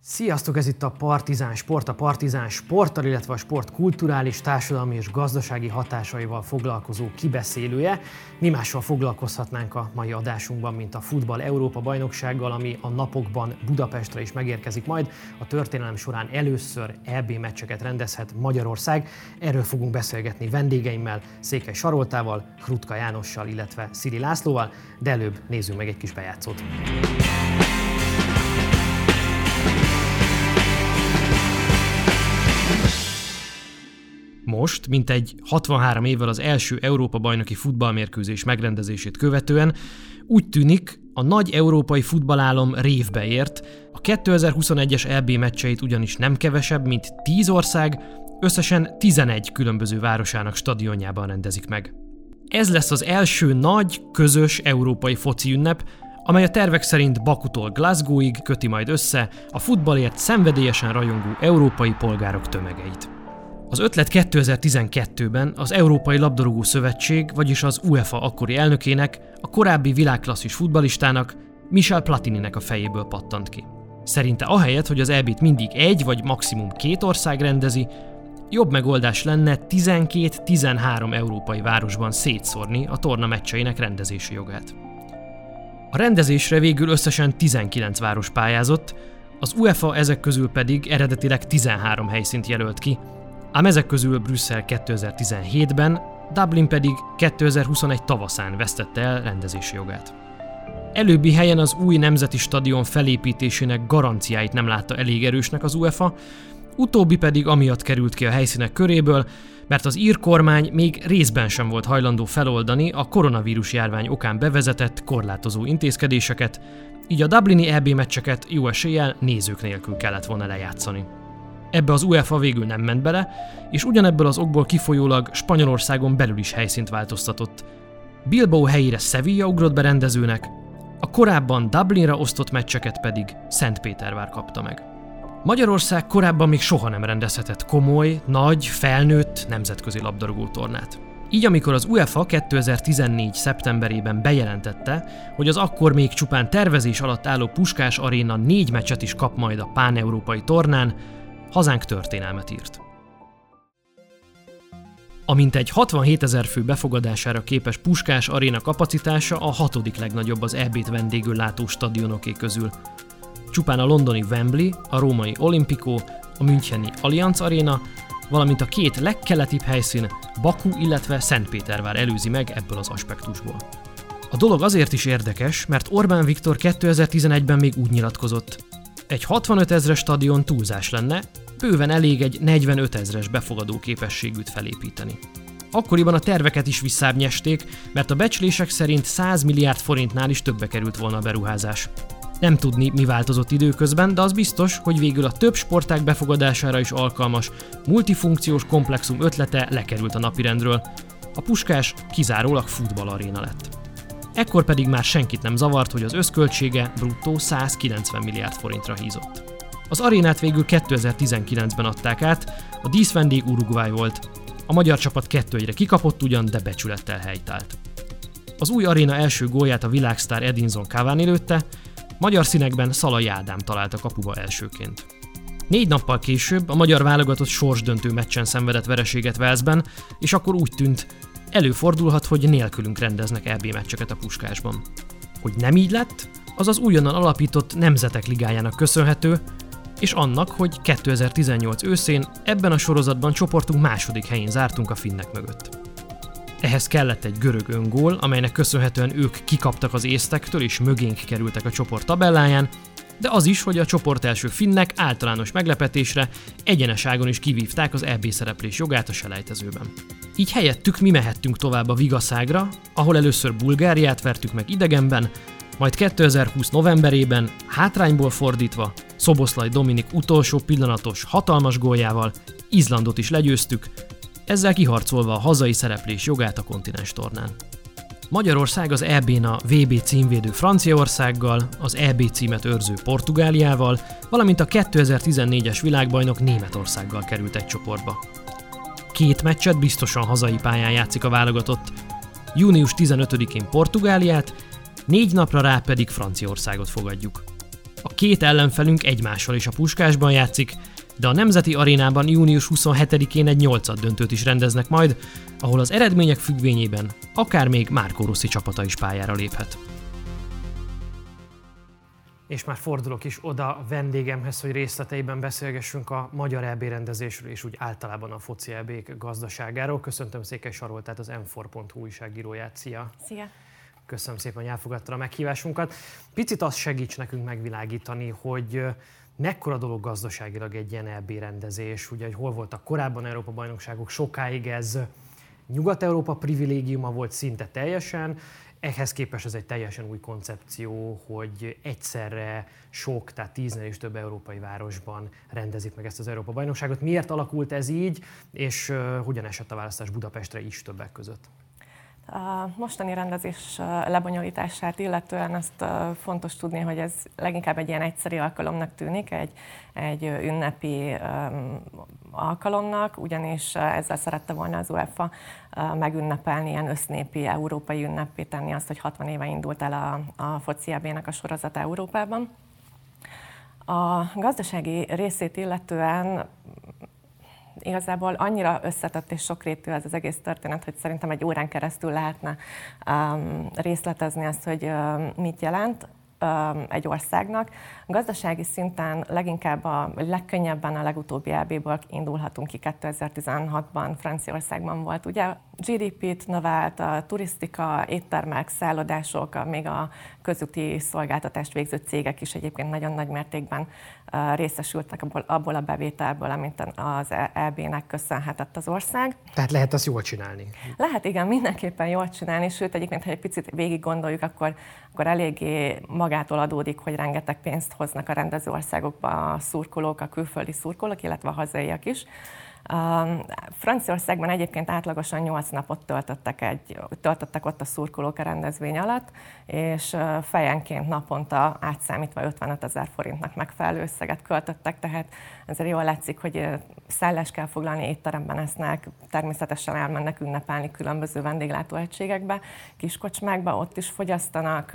Sziasztok, ez itt a Partizán Sport, a Partizán sporttal, illetve a sport kulturális, társadalmi és gazdasági hatásaival foglalkozó kibeszélője. Mi mással foglalkozhatnánk a mai adásunkban, mint a futball Európa-bajnoksággal, ami a napokban Budapestre is megérkezik majd. A történelem során először EB meccseket rendezhet Magyarország. Erről fogunk beszélgetni vendégeimmel, Székely Saroltával, Hrutka Jánossal, illetve Szili Lászlóval, de előbb nézzünk meg egy kis bejátszót. Most, mintegy 63 évvel az első Európa-bajnoki futballmérkőzés megrendezését követően úgy tűnik, a nagy európai futballálom révbe ért, a 2021-es EB meccseit ugyanis nem kevesebb, mint 10 ország, összesen 11 különböző városának stadionjában rendezik meg. Ez lesz az első nagy, közös európai foci ünnep, amely a tervek szerint Bakutól Glasgowig köti majd össze a futballért szenvedélyesen rajongó európai polgárok tömegeit. Az ötlet 2012-ben az Európai Labdarúgó Szövetség, vagyis az UEFA akkori elnökének, a korábbi világklasszis futballistának, Michel Platininek a fejéből pattant ki. Szerinte ahelyett, hogy az EB-t mindig egy vagy maximum 2 ország rendezi, jobb megoldás lenne 12-13 európai városban szétszórni a torna meccseinek rendezési jogát. A rendezésre végül összesen 19 város pályázott, az UEFA ezek közül pedig eredetileg 13 helyszínt jelölt ki, ám ezek közül Brüsszel 2017-ben, Dublin pedig 2021 tavaszán vesztette el rendezési jogát. Előbbi helyen az új nemzeti stadion felépítésének garanciáit nem látta elég erősnek az UEFA, utóbbi pedig amiatt került ki a helyszínek köréből, mert az ír kormány még részben sem volt hajlandó feloldani a koronavírus járvány okán bevezetett korlátozó intézkedéseket, így a dublini EB meccseket jó eséllyel nézők nélkül kellett volna lejátszani. Ebbe az UEFA végül nem ment bele, és ugyanebből az okból kifolyólag Spanyolországon belül is helyszínt változtatott. Bilbao helyére Sevilla ugrott be rendezőnek, a korábban Dublinra osztott meccseket pedig Szentpétervár kapta meg. Magyarország korábban még soha nem rendezhetett komoly, nagy, felnőtt nemzetközi labdarúgó tornát. Így amikor az UEFA 2014. szeptemberében bejelentette, hogy az akkor még csupán tervezés alatt álló Puskás Aréna 4 meccset is kap majd a pán-európai tornán, hazánk történelmet írt. A mintegy 67 000 fő befogadására képes Puskás Aréna kapacitása a 6. legnagyobb az EB-t vendégül látó stadionoké közül. Csupán a londoni Wembley, a római Olimpico, a müncheni Allianz Arena, valamint a 2 legkeletibb helyszín, Baku, illetve Szentpétervár előzi meg ebből az aspektusból. A dolog azért is érdekes, mert Orbán Viktor 2011-ben még úgy nyilatkozott: egy 65 000-es stadion túlzás lenne, bőven elég egy 45 000-es befogadó képességűt felépíteni. Akkoriban a terveket is visszább nyesték, mert a becslések szerint 100 milliárd forintnál is többe került volna a beruházás. Nem tudni, mi változott időközben, de az biztos, hogy végül a több sportág befogadására is alkalmas, multifunkciós komplexum ötlete lekerült a napirendről. A Puskás kizárólag futballaréna lett. Ekkor pedig már senkit nem zavart, hogy az összköltsége bruttó 190 milliárd forintra hízott. Az arénát végül 2019-ben adták át, a díszvendég Uruguay volt. A magyar csapat 2-1-re kikapott ugyan, de becsülettel helytált. Az új aréna első gólját a világsztár Edinson Cavani lőtte, magyar színekben Szalai Ádám talált a kapuba elsőként. 4 nappal később a magyar válogatott sorsdöntő meccsen szenvedett vereséget Walesben, és akkor úgy tűnt, előfordulhat, hogy nélkülünk rendeznek EB meccseket a Puskásban. Hogy nem így lett, az az újonnan alapított Nemzetek Ligájának köszönhető, és annak, hogy 2018 őszén ebben a sorozatban csoportunk második helyén zártunk a finnek mögött. Ehhez kellett egy görög öngól, amelynek köszönhetően ők kikaptak az észtektől és mögénk kerültek a csoport tabelláján, de az is, hogy a csoport első finnek általános meglepetésre egyeneságon is kivívták az EB szereplés jogát a selejtezőben. Így helyettük mi mehettünk tovább a Vigaszágra, ahol először Bulgáriát vertük meg idegenben, majd 2020 novemberében hátrányból fordítva Szoboszlai Dominik utolsó pillanatos hatalmas góljával Izlandot is legyőztük, ezzel kiharcolva a hazai szereplés jogát a kontinens tornán. Magyarország az EB-n a VB címvédő Franciaországgal, az EB címet őrző Portugáliával, valamint a 2014-es világbajnok Németországgal került egy csoportba. 2 meccset biztosan hazai pályán játszik a válogatott, június 15-én Portugáliát, 4 napra rá pedig Franciaországot fogadjuk. A két ellenfelünk egymással is a Puskásban játszik, de a Nemzeti Arénában június 27-én egy 8-döntőt is rendeznek majd, ahol az eredmények függvényében akár még Marco Rossi csapata is pályára léphet. És már fordulok is oda vendégemhez, hogy részleteiben beszélgessünk a magyar EB rendezésről és úgy általában a foci EB-k gazdaságáról. Köszöntöm Székely Saroltát, az m4.hu újságíróját. Szia! Szia! Köszönöm szépen, hogy elfogadtad a meghívásunkat. Picit azt segíts nekünk megvilágítani, hogy mekkora dolog gazdaságilag egy ilyen EB rendezés. Ugye, hogy hol voltak korábban Európa-bajnokságok, sokáig ez Nyugat-Európa privilégiuma volt szinte teljesen. Ehhez képest ez egy teljesen új koncepció, hogy egyszerre sok, tehát 10-nél is több európai városban rendezik meg ezt az Európa-bajnokságot. Miért alakult ez így, és hogyan esett a választás Budapestre is többek között? A mostani rendezés lebonyolítását illetően azt fontos tudni, hogy ez leginkább egy ilyen egyszeri alkalomnak tűnik, egy ünnepi alkalomnak, ugyanis ezzel szerette volna az UEFA megünnepelni, ilyen össznépi európai ünnepé tenni azt, hogy 60 éve indult el a foci EB-nek a sorozata Európában. A gazdasági részét illetően igazából annyira összetett és sokrétű ez az egész történet, hogy szerintem egy órán keresztül lehetne részletezni azt, hogy mit jelent egy országnak. Gazdasági szinten leginkább legkönnyebben a legutóbbi EB-ből indulhatunk ki. 2016-ban Franciaországban volt. Ugye GDP-t növelt, a turisztika, éttermek, szállodások, még a közúti szolgáltatást végző cégek is egyébként nagyon nagy mértékben részesültek abból a bevételből, amit az EB-nek köszönhetett az ország. Tehát lehet azt jól csinálni? Lehet, igen, mindenképpen jól csinálni, sőt egyébként, ha egy picit végig gondoljuk, akkor eléggé magától adódik, hogy rengeteg pénzt hoznak a rendező országokba a szurkolók, a külföldi szurkolók, illetve a hazaiak is. Franciaországban egyébként átlagosan 8 napot töltöttek ott a szurkolók a rendezvény alatt, és fejenként naponta átszámítva 55 000 forintnak megfelelő összeget költöttek, tehát ezért jól látszik, hogy szállást kell foglalni, étteremben esznek, természetesen elmennek ünnepelni különböző vendéglátóegységekbe, kiskocsmákba, ott is fogyasztanak,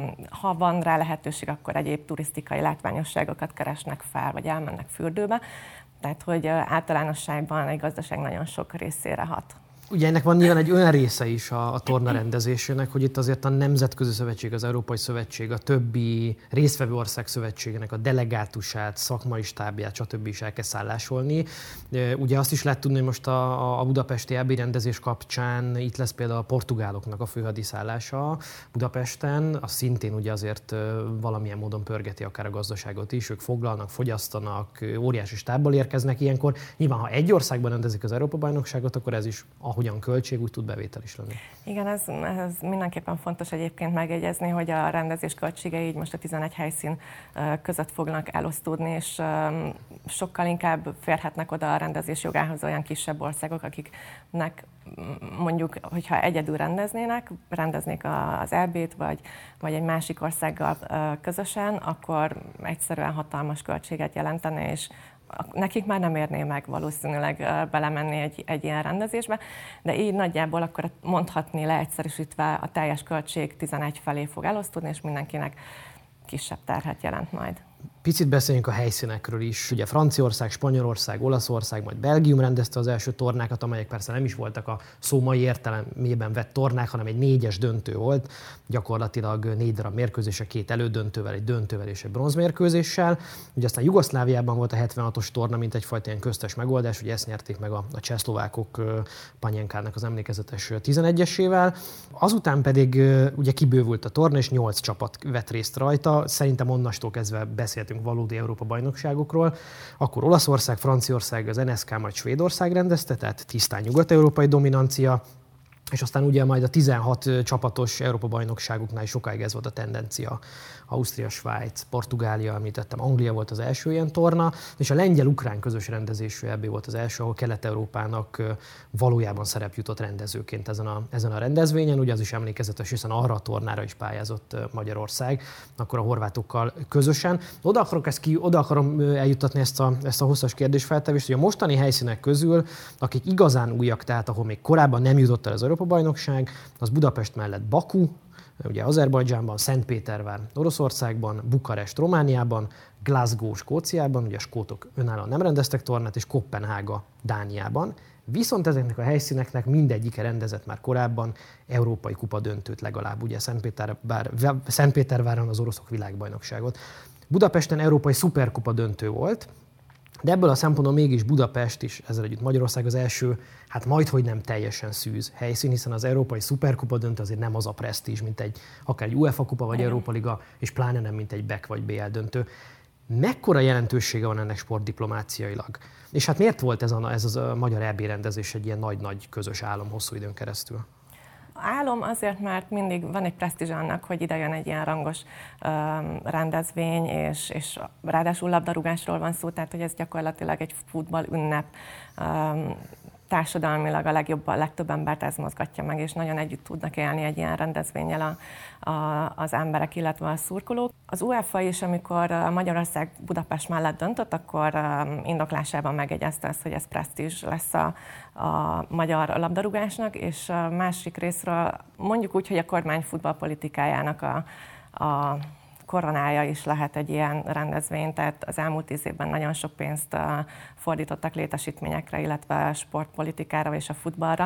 ha van rá lehetőség, akkor egyéb turisztikai látványosságokat keresnek fel, vagy elmennek fürdőbe. Tehát, hogy általánosságban egy gazdaság nagyon sok részére hat. Ugye ennek van nyilván egy olyan része is a torna rendezésének, hogy itt azért a Nemzetközi Szövetség, az Európai Szövetség, a többi résztvevő ország szövetségének a delegátusát, szakmai stábját, stb. Is el kell szállásolni. Ugye azt is lehet tudni, hogy most a budapesti EB rendezés kapcsán itt lesz például a portugáloknak a főhadiszállása Budapesten, az szintén ugye azért valamilyen módon pörgeti akár a gazdaságot is, ők foglalnak, fogyasztanak, óriási stábbal érkeznek ilyenkor. Nyilván, ha egy országban rendezik az Európa-bajnokságot, akkor ez is ahogyan költség, úgy tud bevétel is lenni. Igen, ez mindenképpen fontos egyébként megjegyezni, hogy a rendezés költségei így most a 11 helyszín között fognak elosztódni, és sokkal inkább férhetnek oda a rendezés jogához olyan kisebb országok, akiknek mondjuk, hogyha egyedül rendeznék az EB-t, vagy egy másik országgal közösen, akkor egyszerűen hatalmas költséget jelentene, és nekik már nem érné meg valószínűleg belemenni egy ilyen rendezésbe, de így nagyjából akkor mondhatni leegyszerűsítve a teljes költség 11 felé fog elosztódni, és mindenkinek kisebb terhet jelent majd. Picit beszéljünk a helyszínekről is. Ugye Franciaország, Spanyolország, Olaszország, majd Belgium rendezte az első tornákat, amelyek persze nem is voltak a szó mai értelmében vett tornák, hanem egy 4-es döntő volt. Gyakorlatilag 4 darab mérkőzése, 2 elődöntővel, egy döntővel és egy bronzmérkőzéssel. Ugye aztán Jugoszláviában volt a 76-os torna, mint egyfajta ilyen köztes megoldás, ugye ezt nyerték meg a csehszlovákok Panenkának az emlékezetes 11-esével. Azután pedig ugye kibővült a torna, és 8 csapat vett részt rajta. Szerintem onnastól kezdve beszéltünk valódi Európa-bajnokságokról. Akkor Olaszország, Franciaország, az NSK, majd Svédország rendezte, tehát tisztán nyugat-európai dominancia. És aztán ugye majd a 16 csapatos Európa-bajnokságoknál sokáig ez volt a tendencia. Ausztria, Svájc, Portugália, említettem, Anglia volt az első ilyen torna, és a lengyel-ukrán közös rendezésű EB volt az első, ahol Kelet-Európának valójában szerep jutott rendezőként ezen a rendezvényen. Ugye az is emlékezetes, hiszen arra a tornára is pályázott Magyarország, akkor a horvátokkal közösen. Oda akarom eljuttatni ezt a hosszas kérdésfeltevést, hogy a mostani helyszínek közül, akik igazán újak, tehát ahol még korábban nem jutott el az Európa-bajnokság, az Budapest mellett Baku, ugye Azerbajdzsánban, Szentpétervár Oroszországban, Bukarest Romániában, Glasgow Skóciában, ugye a skótok önállóan nem rendeztek tornát, és Koppenhága Dániában. Viszont ezeknek a helyszíneknek mindegyike rendezett már korábban európai kupa döntőt legalább, ugye Szentpéterváron az oroszok világbajnokságot. Budapesten európai szuperkupa döntő volt, de ebből a szempontból mégis Budapest is, ezzel együtt Magyarország az első, hát majdhogy nem teljesen szűz helyszín, hiszen az európai szuperkupa döntő azért nem az a presztízs, mint akár egy UEFA kupa vagy Európa Liga, és pláne nem, mint egy BEK vagy BL döntő. Mekkora jelentősége van ennek sportdiplomáciailag? És hát miért volt ez a magyar EB rendezés egy ilyen nagy-nagy közös álom hosszú időn keresztül? Álom azért, mert mindig van egy presztízs annak, hogy ide jön egy ilyen rangos rendezvény, és ráadásul labdarúgásról van szó, tehát hogy ez gyakorlatilag egy futball ünnep. Társadalmilag a legtöbb embert ez mozgatja meg, és nagyon együtt tudnak élni egy ilyen rendezvénnyel az emberek, illetve a szurkolók. Az UEFA is, amikor Magyarország Budapest mellett döntött, akkor indoklásában megjegyezte azt, hogy ez presztízs lesz a magyar labdarúgásnak, és másik részről mondjuk úgy, hogy a kormány futballpolitikájának a koronája is lehet egy ilyen rendezvény, tehát az elmúlt 10 évben nagyon sok pénzt fordítottak létesítményekre, illetve sportpolitikára és a futballra.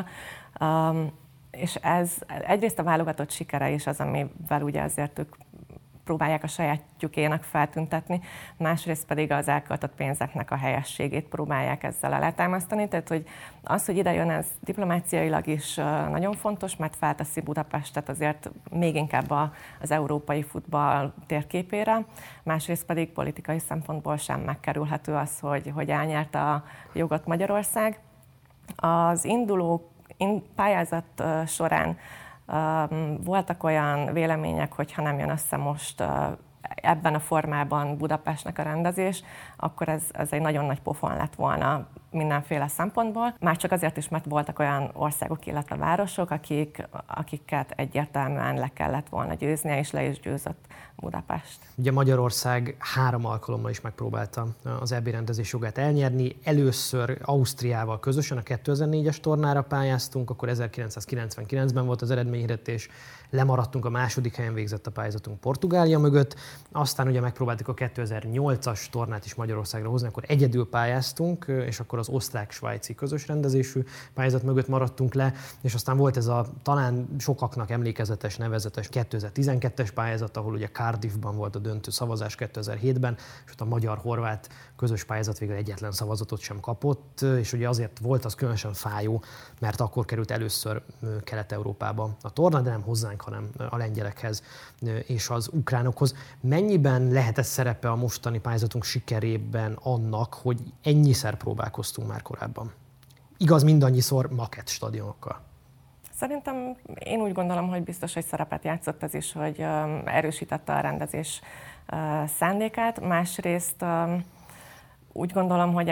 És ez egyrészt a válogatott sikere is az, amivel ugye azért ők próbálják a sajátjukének feltüntetni, másrészt pedig az elköltött pénzeknek a helyességét próbálják ezzel alátámasztani. Tehát, hogy az, hogy ide jön, ez diplomáciailag is nagyon fontos, mert felteszi Budapestet azért még inkább az európai futball térképére, másrészt pedig politikai szempontból sem megkerülhető az, hogy elnyert a jogot Magyarország. Az induló pályázat során voltak olyan vélemények, hogy ha nem jön össze most ebben a formában Budapestnek a rendezés, akkor ez egy nagyon nagy pofon lett volna mindenféle szempontból. Már csak azért is, mert voltak olyan országok, illetve városok, akiket egyértelműen le kellett volna győznie, és le is győzött Budapest. Ugye Magyarország 3 alkalommal is megpróbálta az EB rendezés jogát elnyerni. Először Ausztriával közösen a 2004-es tornára pályáztunk, akkor 1999-ben volt az eredményhirdetés, lemaradtunk, a második helyen végzett a pályázatunk Portugália mögött, aztán ugye megpróbáltuk a 2008-as tornát is Magyarországra hozni, akkor egyedül pályáztunk, és akkor az osztrák-svájci közös rendezésű pályázat mögött maradtunk le, és aztán volt ez a talán sokaknak emlékezetes, nevezetes 2012-es pályázat, ahol ugye Cardiffban volt a döntő szavazás 2007-ben, és ott a magyar-horvát közös pályázat végül egyetlen szavazatot sem kapott, és ugye azért volt az különösen fájó, mert akkor került először Kelet-Európába a torna, de nem hozzánk, hanem a lengyelekhez és az ukránokhoz. Mennyiben lehet ez szerepe a mostani pályázatunk sikerében annak, hogy ennyiszer próbálkoztunk már korábban? Igaz, mindannyiszor makett stadionokkal. Szerintem én úgy gondolom, hogy biztos, hogy szerepet játszott ez is, hogy erősítette a rendezés szándékát. Másrészt úgy gondolom, hogy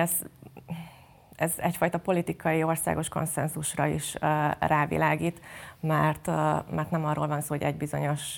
ez egyfajta politikai országos konszenzusra is rávilágít, mert nem arról van szó, hogy egy bizonyos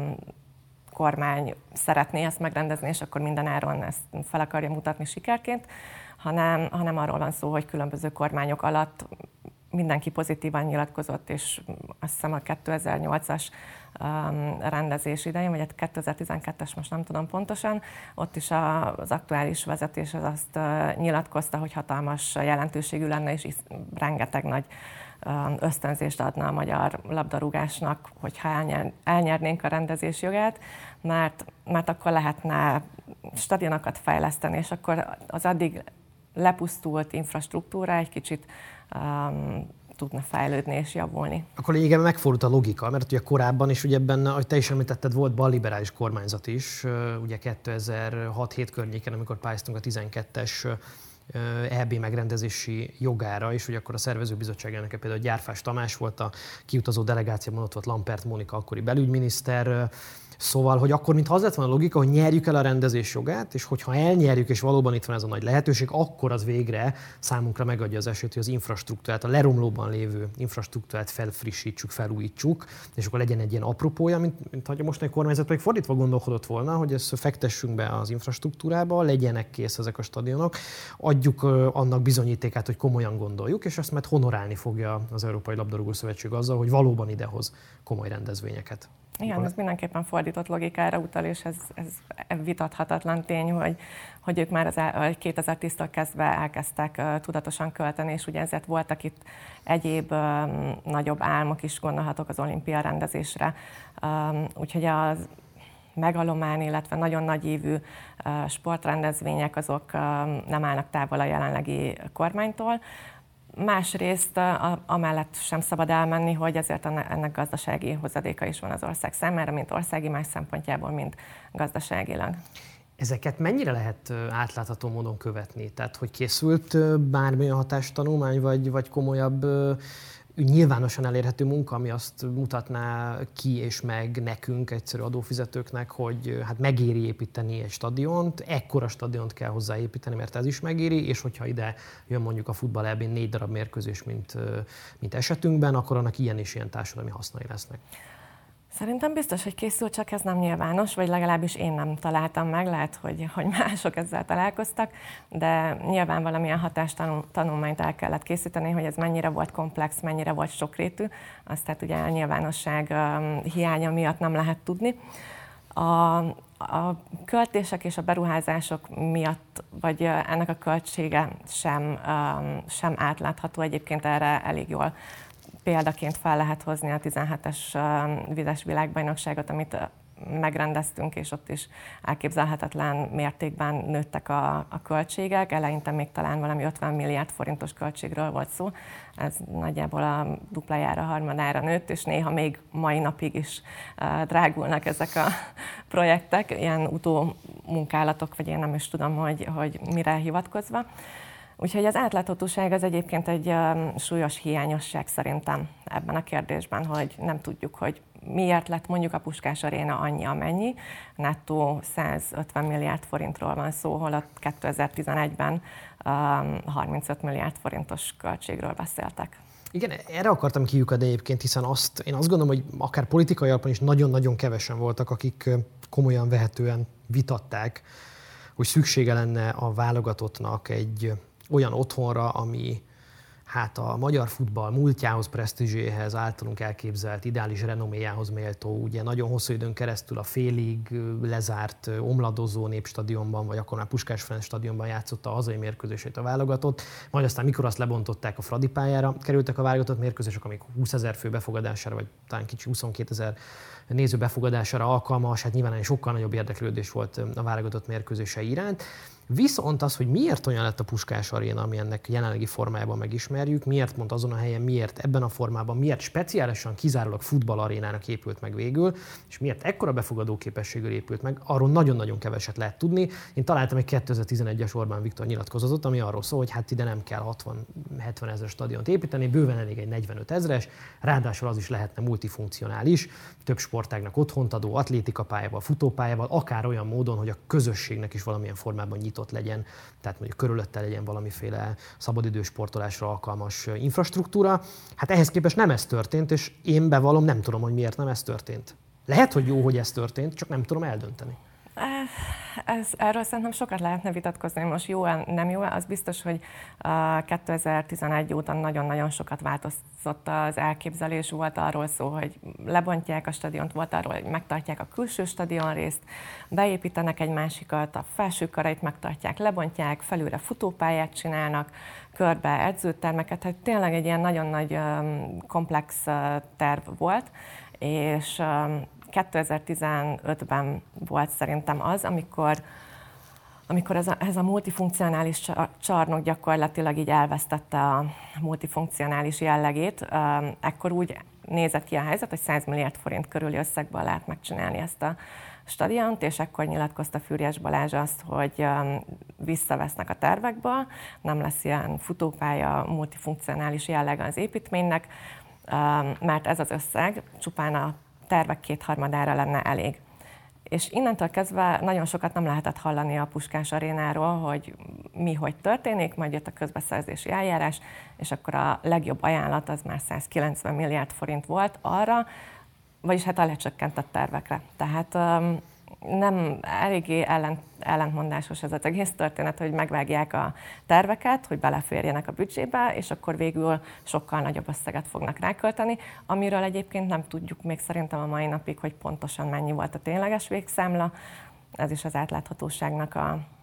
kormány szeretné ezt megrendezni, és akkor minden áron ezt fel akarja mutatni sikerként, hanem arról van szó, hogy különböző kormányok alatt mindenki pozitívan nyilatkozott, és azt hiszem a 2008-as rendezés idején, vagy a 2012-es, most nem tudom pontosan, ott is az aktuális vezetés az azt nyilatkozta, hogy hatalmas jelentőségű lenne, és rengeteg nagy ösztönzést adna a magyar labdarúgásnak, hogyha elnyernénk a rendezés jogát, mert akkor lehetne stadionokat fejleszteni, és akkor az addig lepusztult infrastruktúra egy kicsit tudna fejlődni és javulni. Akkor lényegében megfordult a logika, mert ugye korábban is, ugye ebben, ahogy te is említetted, volt balliberális kormányzat is, ugye 2006-7 környéken, amikor pályáztunk a 12-es EB megrendezési jogára, és ugye akkor a szervezőbizottság elnöke például Gyárfás Tamás volt, a kiutazó delegációban ott volt Lampert Mónika, akkori belügyminiszter, Szóval, hogy akkor mintha az lett volna a logika, hogy nyerjük el a rendezés jogát, és hogyha elnyerjük, és valóban itt van ez a nagy lehetőség, akkor az végre számunkra megadja az esélyt, hogy az infrastruktúrát, a leromlóban lévő infrastruktúrát felfrissítsük, felújítsuk, és akkor legyen egy ilyen apropója, mint hogy a mostani kormányzat pedig fordítva gondolkodott volna, hogy ezt fektessünk be az infrastruktúrába, legyenek kész ezek a stadionok, adjuk annak bizonyítékát, hogy komolyan gondoljuk, és azt majd honorálni fogja az Európai Labdarúgó Szövetség azzal, hogy valóban idehoz komoly rendezvényeket. Igen, ez mindenképpen fordított logikára utal, és ez vitathatatlan tény, hogy ők már 2010-től kezdve elkezdtek tudatosan költeni, és ugye ezért voltak itt egyéb nagyobb álmok is, gondolhatok az olimpia rendezésre. Úgyhogy a megalomán, illetve nagyon nagy évű sportrendezvények azok nem állnak távol a jelenlegi kormánytól. Másrészt amellett sem szabad elmenni, hogy ezért ennek gazdasági hozadéka is van az ország számára, mint országi más szempontjából, mint gazdaságilag. Ezeket mennyire lehet átlátható módon követni? Tehát, hogy készült bármilyen hatástanulmány, vagy komolyabb nyilvánosan elérhető munka, ami azt mutatná ki és meg nekünk, egyszerű adófizetőknek, hogy hát megéri építeni egy stadiont, ekkora stadiont kell hozzáépíteni, mert ez is megéri, és hogyha ide jön mondjuk a futball EB-n 4 darab mérkőzés, mint esetünkben, akkor annak ilyen és ilyen társadalmi hasznai lesznek. Szerintem biztos, hogy készült, csak ez nem nyilvános, vagy legalábbis én nem találtam meg, lehet, hogy mások ezzel találkoztak, de nyilván valamilyen hatástanulmányt el kellett készíteni, hogy ez mennyire volt komplex, mennyire volt sokrétű, azt tehát ugye a nyilvánosság hiánya miatt nem lehet tudni. A költések és a beruházások miatt, vagy ennek a költsége sem átlátható, egyébként erre elég jól példaként fel lehet hozni a 17-es vizes világbajnokságot, amit megrendeztünk, és ott is elképzelhetetlen mértékben nőttek a költségek. Eleinte még talán valami 50 milliárd forintos költségről volt szó. Ez nagyjából a duplájára, harmadára nőtt, és néha még mai napig is drágulnak ezek a projektek, ilyen utómunkálatok, vagy én nem is tudom, hogy mire hivatkozva. Úgyhogy az átláthatóság az egyébként egy súlyos hiányosság szerintem ebben a kérdésben, hogy nem tudjuk, hogy miért lett mondjuk a Puskás Aréna annyi, amennyi. Nettó 150 milliárd forintról van szó, holott 2011-ben 35 milliárd forintos költségről beszéltek. Igen, erre akartam kiukadni egyébként, hiszen én azt gondolom, hogy akár politikai alapon is nagyon-nagyon kevesen voltak, akik komolyan vehetően vitatták, hogy szüksége lenne a válogatottnak egy olyan otthonra, ami hát a magyar futball múltjához, presztízséhez, általunk elképzelt ideális renoméjához méltó. Ugye nagyon hosszú időn keresztül a félig lezárt omladozó Népstadionban, vagy akkor már Puskás Ferenc stadionban játszotta a hazai mérkőzését a válogatott, majd aztán mikor azt lebontották, a Fradi pályára kerültek a válogatott mérkőzések, amik 20 000 fő befogadására, vagy talán kicsi 22 000 néző befogadására alkalmas, hát nyilván egy sokkal nagyobb érdeklődés volt a válogatott mérkőzései iránt. Viszont az, hogy miért olyan lett a Puskás Aréna, ami ennek jelenlegi formájában megismerjük, miért pont azon a helyen, miért ebben a formában, miért speciálisan kizárólag futballarénának épült meg végül, és miért ekkora befogadó képességgel épült meg, arról nagyon-nagyon keveset lehet tudni. Én találtam egy 2011-es Orbán Viktor nyilatkozatot, ami arról szól, hogy hát ide nem kell 60-70 ezer stadiont építeni, bőven elég egy 45 ezres, ráadásul az is lehetne multifunkcionális, több sportágnak otthont adó, atlétikapályával, futópályával, akár olyan módon, hogy a közösségnek is valamilyen formában nyitott legyen, tehát mondjuk körülötte legyen valamiféle szabadidős sportolásra alkalmas infrastruktúra. Hát ehhez képest nem ez történt, és én bevallom, nem tudom, hogy miért nem ez történt. Lehet, hogy jó, hogy ez történt, csak nem tudom eldönteni. Erről szerintem sokat lehetne vitatkozni, most jó, nem jó, az biztos, hogy 2011 óta nagyon-nagyon sokat változott az elképzelés, volt arról szó, hogy lebontják a stadiont, volt arról, hogy megtartják a külső stadionrészt, beépítenek egy másikat, a felső karait megtartják, lebontják, felülre futópályát csinálnak, körbe edzőtermeket, hát tényleg egy ilyen nagyon nagy komplex terv volt, és 2015-ben volt szerintem az, amikor ez a multifunkcionális csarnok gyakorlatilag így elvesztette a multifunkcionális jellegét. Ekkor úgy nézett ki a helyzet, hogy 100 milliárd forint körüli összegből lehet megcsinálni ezt a stadiont, és ekkor nyilatkozta Füriyes Balázs azt, hogy visszavesznek a tervekből, nem lesz ilyen futópálya, multifunkcionális jellege az építménynek, mert ez az összeg csupán a tervek 2/3 lenne elég. És innentől kezdve nagyon sokat nem lehetett hallani a Puskás arénáról, hogy mi hogy történik, majd jött a közbeszerzési eljárás, és akkor a legjobb ajánlat az már 190 milliárd forint volt arra, vagyis hát a lecsökkentett tervekre. Tehát nem eléggé ellentmondásos ez az egész történet, hogy megvágják a terveket, hogy beleférjenek a büdzsébe, és akkor végül sokkal nagyobb összeget fognak rákölteni, amiről egyébként nem tudjuk még szerintem a mai napig, hogy pontosan mennyi volt a tényleges végszámla. Ez is az átláthatóságnak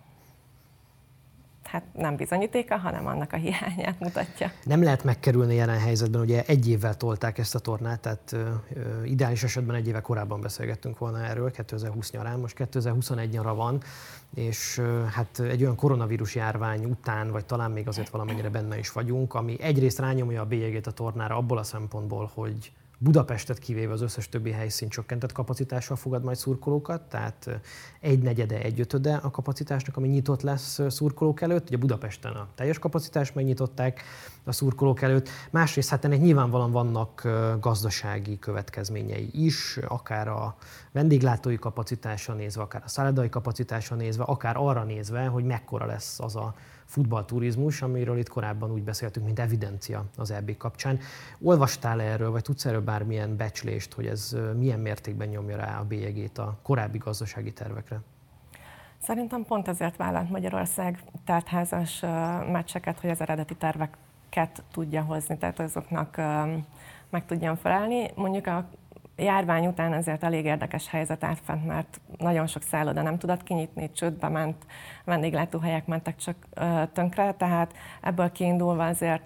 hát nem bizonyítéka, hanem annak a hiányát mutatja. Nem lehet megkerülni jelen helyzetben, ugye egy évvel tolták ezt a tornát, tehát ideális esetben egy éve korábban beszélgettünk volna erről, 2020 nyarán, most 2021 nyara van, és hát egy olyan koronavírus járvány után, vagy talán még azért valamennyire benne is vagyunk, ami egyrészt rányomja a bélyegét a tornára abból a szempontból, hogy Budapestet kivéve az összes többi helyszín csökkentett kapacitással fogad majd szurkolókat, tehát 1/4-1/5 a kapacitásnak, ami nyitott lesz szurkolók előtt. Ugye Budapesten a teljes kapacitást megnyitották a szurkolók előtt. Másrészt hát ennek nyilvánvalóan vannak gazdasági következményei is, akár a vendéglátói kapacitásra nézve, akár a szállodai kapacitásra nézve, akár arra nézve, hogy mekkora lesz az a futballturizmus, amiről itt korábban úgy beszéltünk, mint evidencia az EB kapcsán. Olvastál erről, vagy tudsz erről bármilyen becslést, hogy ez milyen mértékben nyomja rá a bélyegét a korábbi gazdasági tervekre? Szerintem pont ezért vállalt Magyarország teltházas meccseket, hogy az eredeti terveket tudja hozni, tehát azoknak meg tudjon felelni. Mondjuk a járvány után ezért elég érdekes helyzet állt fent, mert nagyon sok szálloda nem tudott kinyitni, csődbe ment, vendéglátóhelyek mentek csak tönkre, tehát ebből kiindulva azért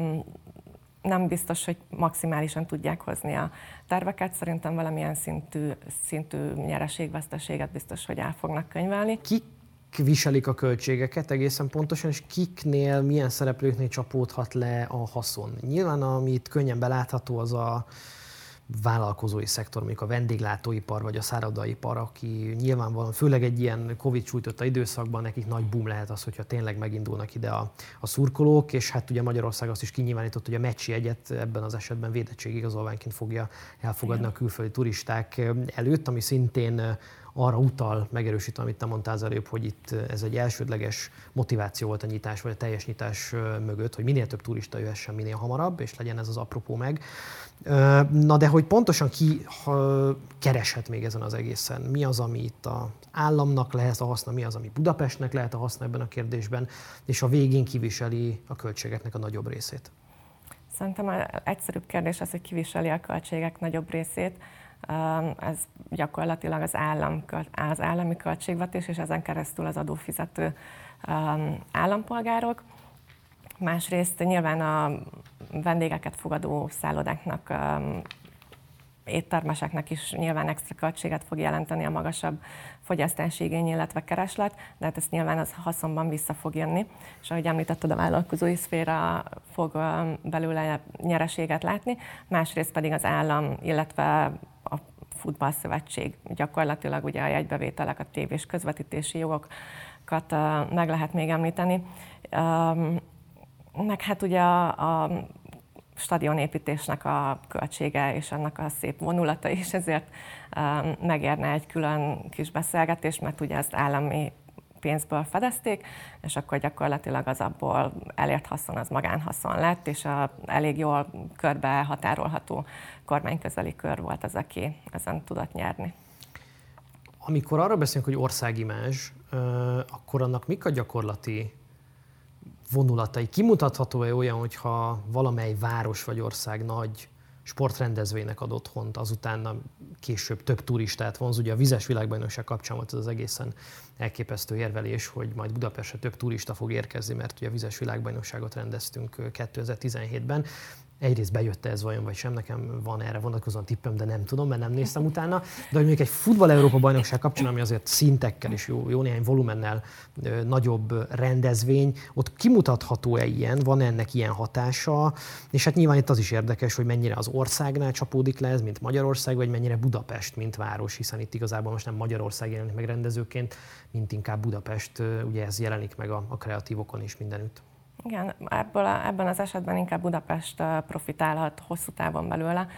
nem biztos, hogy maximálisan tudják hozni a terveket. Szerintem valamilyen szintű nyereségveszteséget biztos, hogy el fognak könyvelni. Kik viselik a költségeket egészen pontosan, és kiknél, milyen szereplőknél csapódhat le a haszon? Nyilván, amit könnyen belátható, az a vállalkozói szektor, mondjuk a vendéglátóipar vagy a szállodaipar, aki nyilvánvalóan, főleg egy ilyen Covid sújtotta időszakban nekik nagy boom lehet az, hogyha tényleg megindulnak ide a szurkolók, és hát ugye Magyarország azt is kinyilvánított, hogy a meccsi jegyet ebben az esetben védettségigazolványként fogja elfogadni a külföldi turisták előtt, ami szintén arra utal, megerősítve, amit te mondtál az előbb, hogy itt ez egy elsődleges motiváció volt a nyitás, vagy a teljes nyitás mögött, hogy minél több turista jöhessen minél hamarabb, és legyen ez az apropó meg. Na de hogy pontosan ki kereshet még ezen az egészen? Mi az, ami itt az államnak lehet a haszna, mi az, ami Budapestnek lehet a haszna ebben a kérdésben, és a végén kiviseli a költségeknek a nagyobb részét? Szerintem az egyszerűbb kérdés az, hogy kiviseli a költségek nagyobb részét. Ez gyakorlatilag az állami költségvetés, és ezen keresztül az adófizető állampolgárok. Másrészt nyilván a vendégeket fogadó szállodáknak, éttermeseknek is nyilván extra költséget fog jelenteni a magasabb fogyasztási igény, illetve kereslet, de hát ezt nyilván az haszonban vissza fog jönni. És ahogy említetted, a vállalkozói szféra fog belőle nyereséget látni, másrészt pedig az állam, illetve a futballszövetség gyakorlatilag ugye a jegybevételek, a tévés közvetítési jogokat meg lehet még említeni. Meg hát ugye a stadionépítésnek a költsége és annak a szép vonulata is, ezért megérne egy külön kis beszélgetést, mert ugye ezt állami pénzből fedezték, és akkor gyakorlatilag az abból elért haszon az magánhaszon lett, és elég jól körbe határolható kormányközeli kör volt az, aki ezen tudott nyerni. Amikor arra beszélünk, hogy országimázs, akkor annak mik a gyakorlati vonulatai? Kimutatható-e olyan, hogyha valamely város vagy ország nagy sportrendezvénynek ad otthont, azután később több turistát vonz? Ugye a vizes világbajnokság kapcsán volt ez az egészen elképesztő érvelés, hogy majd Budapestre több turista fog érkezni, mert ugye a vizes világbajnokságot rendeztünk 2017-ben. Egyrészt bejött ez vajon, vagy sem, nekem van erre vonatkozóan tippem, de nem tudom, mert nem néztem utána. De hogy mondjuk egy futball-Európa-bajnokság kapcsán, ami azért szintekkel és jó néhány volumennel nagyobb rendezvény, ott kimutatható-e ilyen, van ennek ilyen hatása? És hát nyilván itt az is érdekes, hogy mennyire az országnál csapódik le ez, mint Magyarország, vagy mennyire Budapest, mint város, hiszen itt igazából most nem Magyarország jelenik meg rendezőként, mint inkább Budapest, ugye ez jelenik meg a kreatívokon is mindenütt. Igen, ebben az esetben inkább Budapest profitálhat hosszú távon belőle,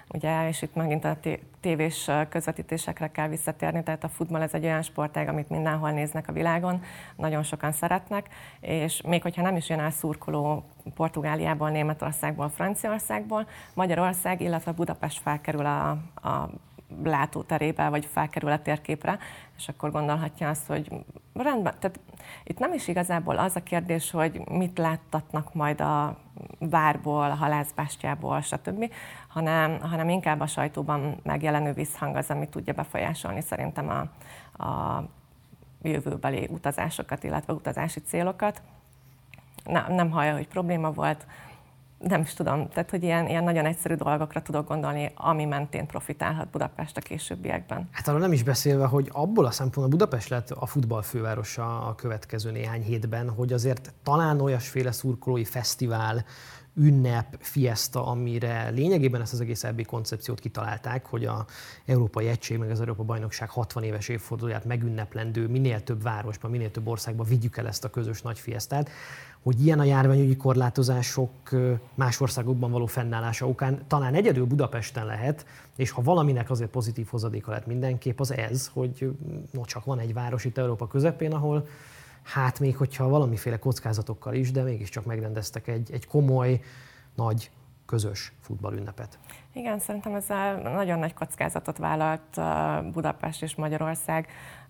ugye, és itt megint a tévés közvetítésekre kell visszatérni, tehát a futball ez egy olyan sportág, amit mindenhol néznek a világon, nagyon sokan szeretnek, és még hogyha nem is jön el szurkoló Portugáliából, Németországból, Franciaországból, Magyarország, illetve Budapest felkerül a látóterébe, vagy felkerül a térképre, és akkor gondolhatja azt, hogy rendben, tehát itt nem is igazából az a kérdés, hogy mit láttatnak majd a várból, a halászbástyából, stb., hanem inkább a sajtóban megjelenő visszhang az, ami tudja befolyásolni szerintem a jövőbeli utazásokat, illetve utazási célokat. Nem hallja, hogy probléma volt, nem is tudom, tehát hogy ilyen nagyon egyszerű dolgokra tudok gondolni, ami mentén profitálhat Budapest a későbbiekben. Hát arról nem is beszélve, hogy abból a szempontból Budapest lett a futball fővárosa a következő néhány hétben, hogy azért talán olyasféle szurkolói fesztivál, ünnep, fiesta, amire lényegében ezt az egész EB koncepciót kitalálták, hogy az Európai Egység meg az Európa Bajnokság 60 éves évfordulóját megünneplendő, minél több városban, minél több országban vigyük el ezt a közös nagy fiesztát, hogy ilyen a járványügyi korlátozások más országokban való fennállása okán talán egyedül Budapesten lehet, és ha valaminek azért pozitív hozadéka lett mindenképp, az ez, hogy csak van egy város itt Európa közepén, ahol hát még hogyha valamiféle kockázatokkal is, de mégiscsak megrendeztek egy komoly, nagy, közös futballünnepet. Igen, szerintem ezzel nagyon nagy kockázatot vállalt Budapest és Magyarország,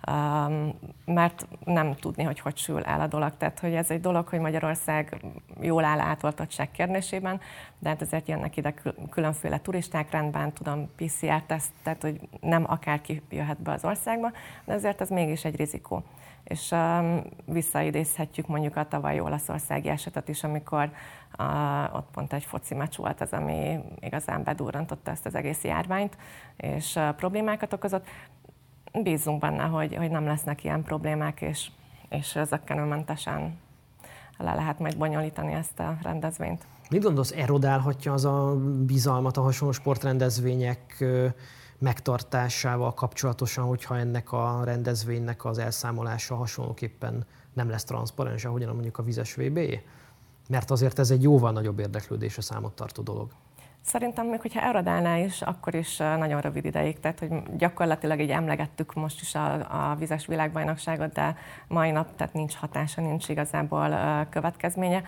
mert nem tudni, hogy sül el a dolog. Tehát, hogy ez egy dolog, hogy Magyarország jól áll átoltottság kérdésében, de hát ezért jönnek ide különféle turisták, rendben tudom PCR-teszt, tehát, hogy nem akárki jöhet be az országba, de ezért ez mégis egy rizikó. És visszaidézhetjük mondjuk a tavalyi olaszországi esetet is, amikor ott pont egy foci meccs volt az, ami igazán bedurrantotta ezt az egész járványt, és problémákat okozott. Bízzunk benne, hogy nem lesznek ilyen problémák, és zökkenőmentesen le lehet majd bonyolítani ezt a rendezvényt. Mit gondolsz, erodálhatja az a bizalmat a hasonló sportrendezvények megtartásával kapcsolatosan, hogyha ennek a rendezvénynek az elszámolása hasonlóképpen nem lesz transzparens, ahogyan mondjuk a vizes VB-é? Mert azért ez egy jóval nagyobb érdeklődésre számot tartó dolog. Szerintem még, hogyha erodálná is, akkor is nagyon rövid ideig. Tehát, hogy gyakorlatilag így emlegettük most is a vizes világbajnokságot, de mai nap tehát nincs hatása, nincs igazából következménye.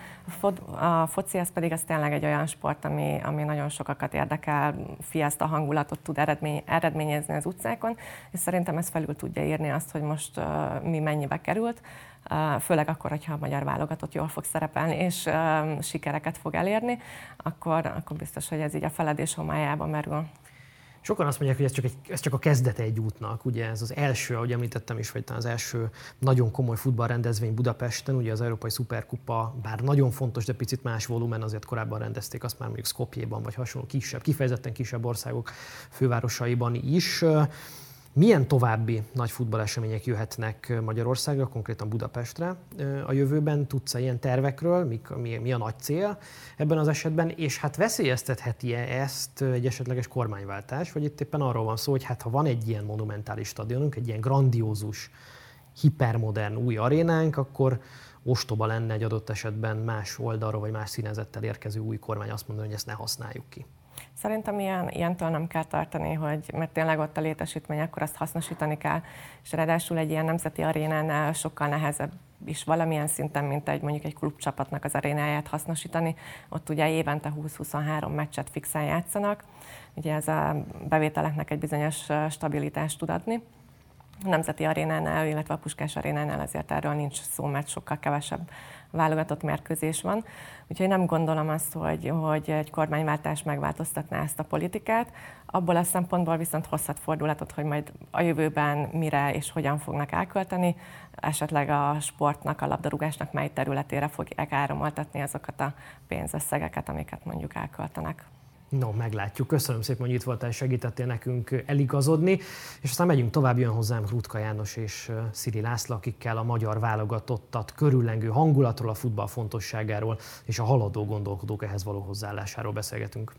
A foci az pedig az tényleg egy olyan sport, ami nagyon sokakat érdekel, fiaszt a hangulatot tud eredményezni az utcákon, és szerintem ez felül tudja írni azt, hogy most mi mennyibe került. Főleg akkor, hogyha a magyar válogatott jól fog szerepelni, és sikereket fog elérni, akkor biztos, hogy ez így a feledés homályába merül. Sokan azt mondják, hogy ez csak a kezdete egy útnak. Ugye ez az első, ahogy említettem is, vagy talán az első nagyon komoly futballrendezvény Budapesten, ugye az Európai Szuperkupa, bár nagyon fontos, de picit más volumen, azért korábban rendezték azt már mondjuk Skopjéban, vagy hasonló kisebb, kifejezetten kisebb országok fővárosaiban is. Milyen további nagy futballesemények jöhetnek Magyarországra, konkrétan Budapestre a jövőben? Tudsz-e ilyen tervekről? Mi a nagy cél ebben az esetben? És hát veszélyeztetheti-e ezt egy esetleges kormányváltás? Vagy itt éppen arról van szó, hogy hát ha van egy ilyen monumentális stadionunk, egy ilyen grandiózus, hipermodern új arénánk, akkor ostoba lenne egy adott esetben más oldalról vagy más színezettel érkező új kormány azt mondani, hogy ezt ne használjuk ki. Szerintem ilyentől nem kell tartani, mert tényleg ott a létesítmény, akkor azt hasznosítani kell, és ráadásul egy ilyen nemzeti arénánál sokkal nehezebb is valamilyen szinten, mint mondjuk egy klubcsapatnak az arénáját hasznosítani. Ott ugye évente 20-23 meccset fixen játszanak, ugye ez a bevételeknek egy bizonyos stabilitást tud adni. A nemzeti arénánál, illetve a Puskás arénánál azért erről nincs szó, mert sokkal kevesebb válogatott mérkőzés van. Úgyhogy nem gondolom azt, hogy egy kormányváltás megváltoztatná ezt a politikát. Abból a szempontból viszont hozhat fordulatot, hogy majd a jövőben mire és hogyan fognak elkölteni, esetleg a sportnak, a labdarúgásnak mely területére fogják áramoltatni azokat a pénzösszegeket, amiket mondjuk elköltenek. No, meglátjuk. Köszönöm szépen, hogy itt voltál és segítettél nekünk eligazodni. És aztán megyünk tovább, jön hozzám Rutka János és Szili László, akikkel a magyar válogatottat körüllengő hangulatról, a futball fontosságáról és a haladó gondolkodók ehhez való hozzáállásáról beszélgetünk.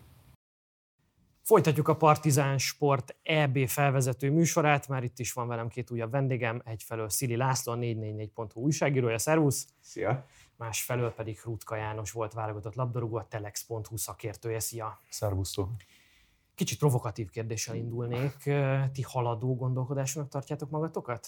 Folytatjuk a Partizán Sport EB felvezető műsorát. Már itt is van velem két újabb vendégem. Egyfelől Szili László, a 444.hu újságírója. Szervusz! Szia! Másfelől pedig Rutka János volt válogatott labdarúgó, a telex.hu szakértője. Szia! Szervusztok! Kicsit provokatív kérdéssel indulnék. Ti haladó gondolkodásúnak tartjátok magatokat?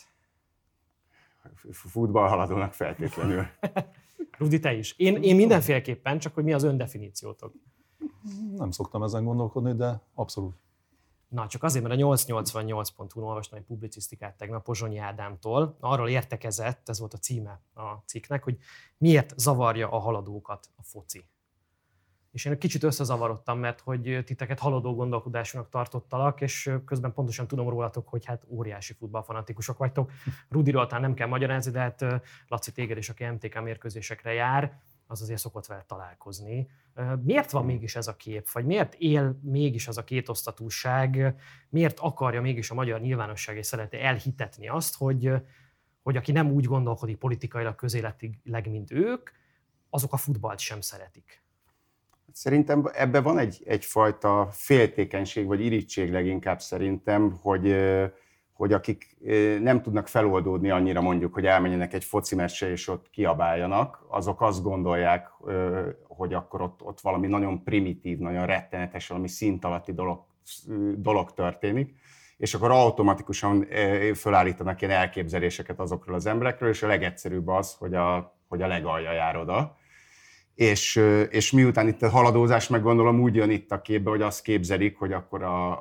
Futballhaladónak feltétlenül. Rudi, te is. Én mindenféleképpen, csak hogy mi az öndefiníciótok? Nem szoktam ezen gondolkodni, de abszolút. Na, csak azért, mert a 888.hu-n olvastam egy publicisztikát tegnap Pozsonyi Ádámtól. Arról értekezett, ez volt a címe a cikknek, hogy miért zavarja a haladókat a foci. És én kicsit összezavarodtam, mert hogy titeket haladó gondolkodásúnak tartottalak, és közben pontosan tudom rólatok, hogy hát óriási futballfanatikusok vagytok. Rudiról talán nem kell magyarázni, de hát Laci, téged is, aki MTK mérkőzésekre jár, az azért szokott vele találkozni. Miért van mégis ez a kép? Vagy miért él mégis az a kétosztatúság? Miért akarja mégis a magyar nyilvánosság és szereti elhitetni azt, hogy aki nem úgy gondolkodik politikailag, közéletileg, mint ők, azok a futballt sem szeretik? Szerintem ebben van egyfajta féltékenység, vagy irigység leginkább szerintem, hogy akik nem tudnak feloldódni annyira mondjuk, hogy elmenjenek egy foci meccsre és ott kiabáljanak, azok azt gondolják, hogy akkor ott valami nagyon primitív, nagyon rettenetes, valami szint alatti dolog történik, és akkor automatikusan fölállítanak ilyen elképzeléseket azokról az emberekről, és a legegyszerűbb az, hogy a legalja jár oda. És miután itt a haladózás, meg gondolom úgy jön itt a képbe, hogy azt képzelik, hogy akkor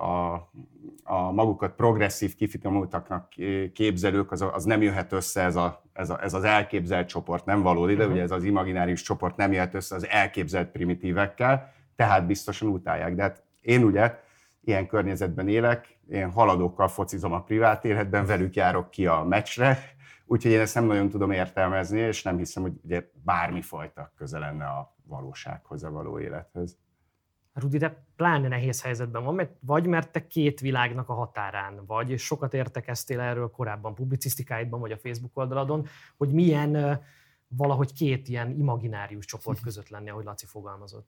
a magukat progresszív, kifinomultaknak képzelők, az nem jöhet össze, ez az elképzelt csoport, nem valódi, de ugye ez az imaginárius csoport nem jöhet össze az elképzelt primitívekkel, tehát biztosan utálják. De hát én ugye ilyen környezetben élek, én haladókkal focizom a privát életben, velük járok ki a meccsre, úgyhogy én ezt nem nagyon tudom értelmezni, és nem hiszem, hogy ugye bármifajta köze lenne a valósághoz, a való élethez. Rudi, te pláne nehéz helyzetben van, mert te két világnak a határán vagy, és sokat értekeztél erről korábban publicisztikáidban, vagy a Facebook oldaladon, hogy milyen valahogy két ilyen imaginárius csoport között lenni, ahogy Laci fogalmazott.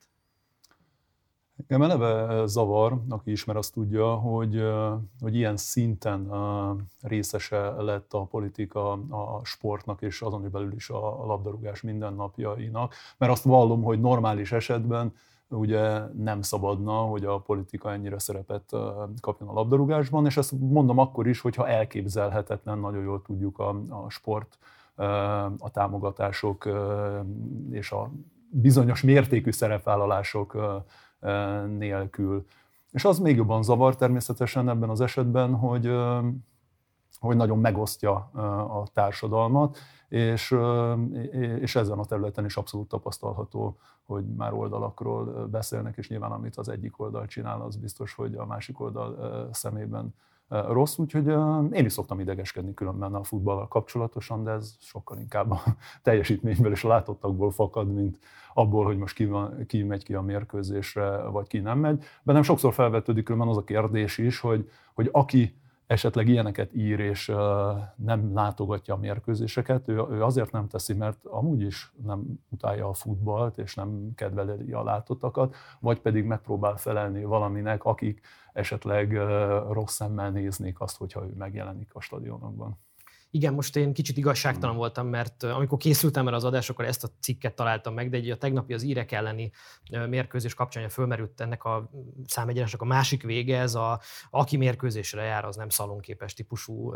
Engem eleve zavar, aki ismer, azt tudja, hogy ilyen szinten részese lett a politika a sportnak, és azon belül is a labdarúgás mindennapjainak. Mert azt vallom, hogy normális esetben ugye nem szabadna, hogy a politika ennyire szerepet kapjon a labdarúgásban, és ezt mondom akkor is, hogyha elképzelhetetlen, nagyon jól tudjuk a sport, a támogatások és a bizonyos mértékű szerepvállalások nélkül. És az még jobban zavar természetesen ebben az esetben, hogy nagyon megosztja a társadalmat, és ezen a területen is abszolút tapasztalható, hogy már oldalakról beszélnek, és nyilván amit az egyik oldal csinál, az biztos, hogy a másik oldal szemében rossz, úgyhogy én is szoktam idegeskedni különben a futballal kapcsolatosan, de ez sokkal inkább a teljesítményből és a látottakból fakad, mint abból, hogy most ki megy ki a mérkőzésre, vagy ki nem megy. Bennem sokszor felvetődik különben az a kérdés is, hogy aki esetleg ilyeneket ír és nem látogatja a mérkőzéseket, ő azért nem teszi, mert amúgy is nem utálja a futballt, és nem kedveli a látottakat, vagy pedig megpróbál felelni valaminek, akik esetleg rossz szemmel néznék azt, hogyha ő megjelenik a stadionokban. Igen, most én kicsit igazságtalan voltam, mert amikor készültem erre az adásra, akkor ezt a cikket találtam meg, de a tegnapi az írek elleni mérkőzés kapcsán fölmerült ennek a számegyenesnek a másik vége, ez aki mérkőzésre jár, az nem szalonképes típusú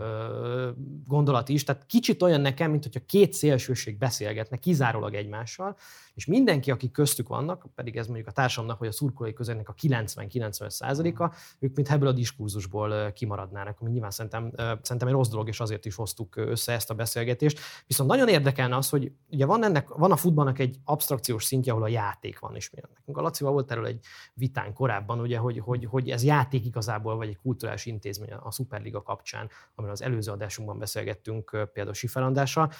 gondolat is. Tehát kicsit olyan nekem, mint hogyha két szélsőség beszélgetne kizárólag egymással, és mindenki, akik köztük vannak, pedig ez mondjuk a társadalomnak vagy a szurkolói közegnek a 90-95%-a, ők mint ebből a diskurzusból kimaradnának, ami nyilván szerintem egy rossz dolog, és azért is hoztuk össze ezt a beszélgetést. Viszont nagyon érdekelne az, hogy ugye van a futballnak egy absztrakciós szintje, ahol a játék van is. Nekünk a Lacival volt erről egy vitán korábban, ugye, hogy ez játék igazából, vagy egy kulturális intézmény a Szuperliga kapcsán, amiről az előző adásunkban beszélgettünk például Schiffer Andrással.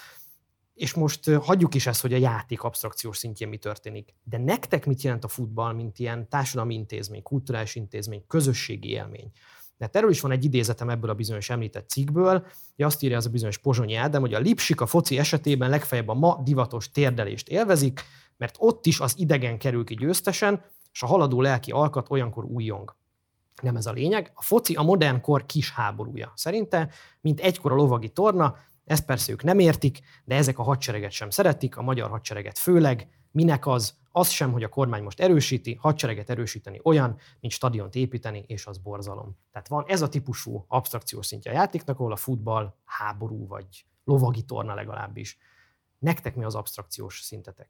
És most hagyjuk is ezt, hogy a játék absztrakciós szintjén mi történik. De nektek mit jelent a futball, mint ilyen társadalmi intézmény, kulturális intézmény, közösségi élmény? De erről is van egy idézetem ebből a bizonyos említett cikkből, hogy azt írja az a bizonyos Pozsonyi Ádám, hogy a Lipsik a foci esetében legfeljebb a ma divatos térdelést élvezik, mert ott is az idegen kerül ki győztesen, és a haladó lelki alkat olyankor újjong. Nem ez a lényeg. A foci a modern kor kis háborúja. Szerinte, mint egykor a lovagi torna, Ezt persze ők nem értik, de ezek a hadsereget sem szeretik, a magyar hadsereget főleg. Minek az? Az sem, hogy a kormány most erősíti, hadsereget erősíteni olyan, mint stadiont építeni, és az borzalom. Tehát van ez a típusú absztrakciós szintje a játéknak, ahol a futball háború, vagy lovagi torna legalábbis. Nektek mi az absztrakciós szintetek?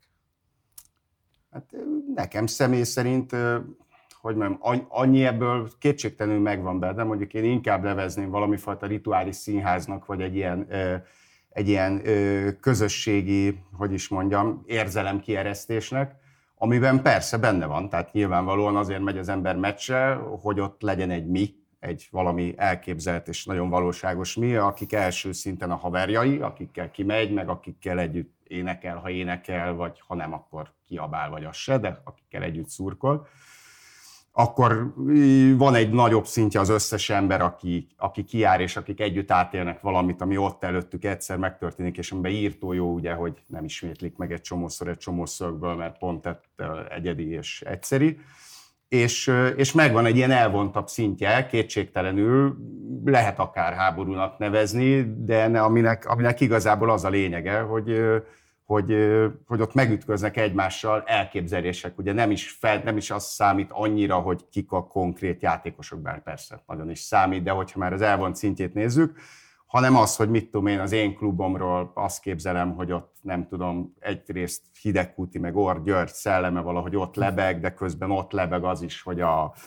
Hát nekem személy szerint, hogy mondjam, annyi ebből kétségtelenül megvan benne, mondjuk én inkább nevezném valamifajta rituális színháznak, vagy egy ilyen közösségi, hogy is mondjam, érzelemkieresztésnek, amiben persze benne van, tehát nyilvánvalóan azért megy az ember meccsre, hogy ott legyen egy mi, egy valami elképzelt és nagyon valóságos mi, akik első szinten a haverjai, akikkel kimegy, meg akikkel együtt énekel, ha énekel, vagy ha nem, akkor kiabál, vagy az se, de akikkel együtt szurkol. Akkor van egy nagyobb szintje az összes ember, aki kijár, és akik együtt átélnek valamit, ami ott előttük egyszer megtörténik, és amiben írtó jó, ugye, hogy nem ismétlik meg egy csomó szögből, mert pont egyedi és egyszeri. És megvan egy ilyen elvontabb szintje, kétségtelenül lehet akár háborúnak nevezni, de aminek igazából az a lényege, hogy ott megütköznek egymással elképzelések. Ugye nem is az számít annyira, hogy kik a konkrét játékosok, bár persze nagyon is számít, de hogyha már az elvont szintjét nézzük, hanem az, hogy mit tudom én, az én klubomról azt képzelem, hogy ott nem tudom, egyrészt Hidegkúti meg Orr György szelleme valahogy ott lebeg, de közben ott lebeg az is, hogy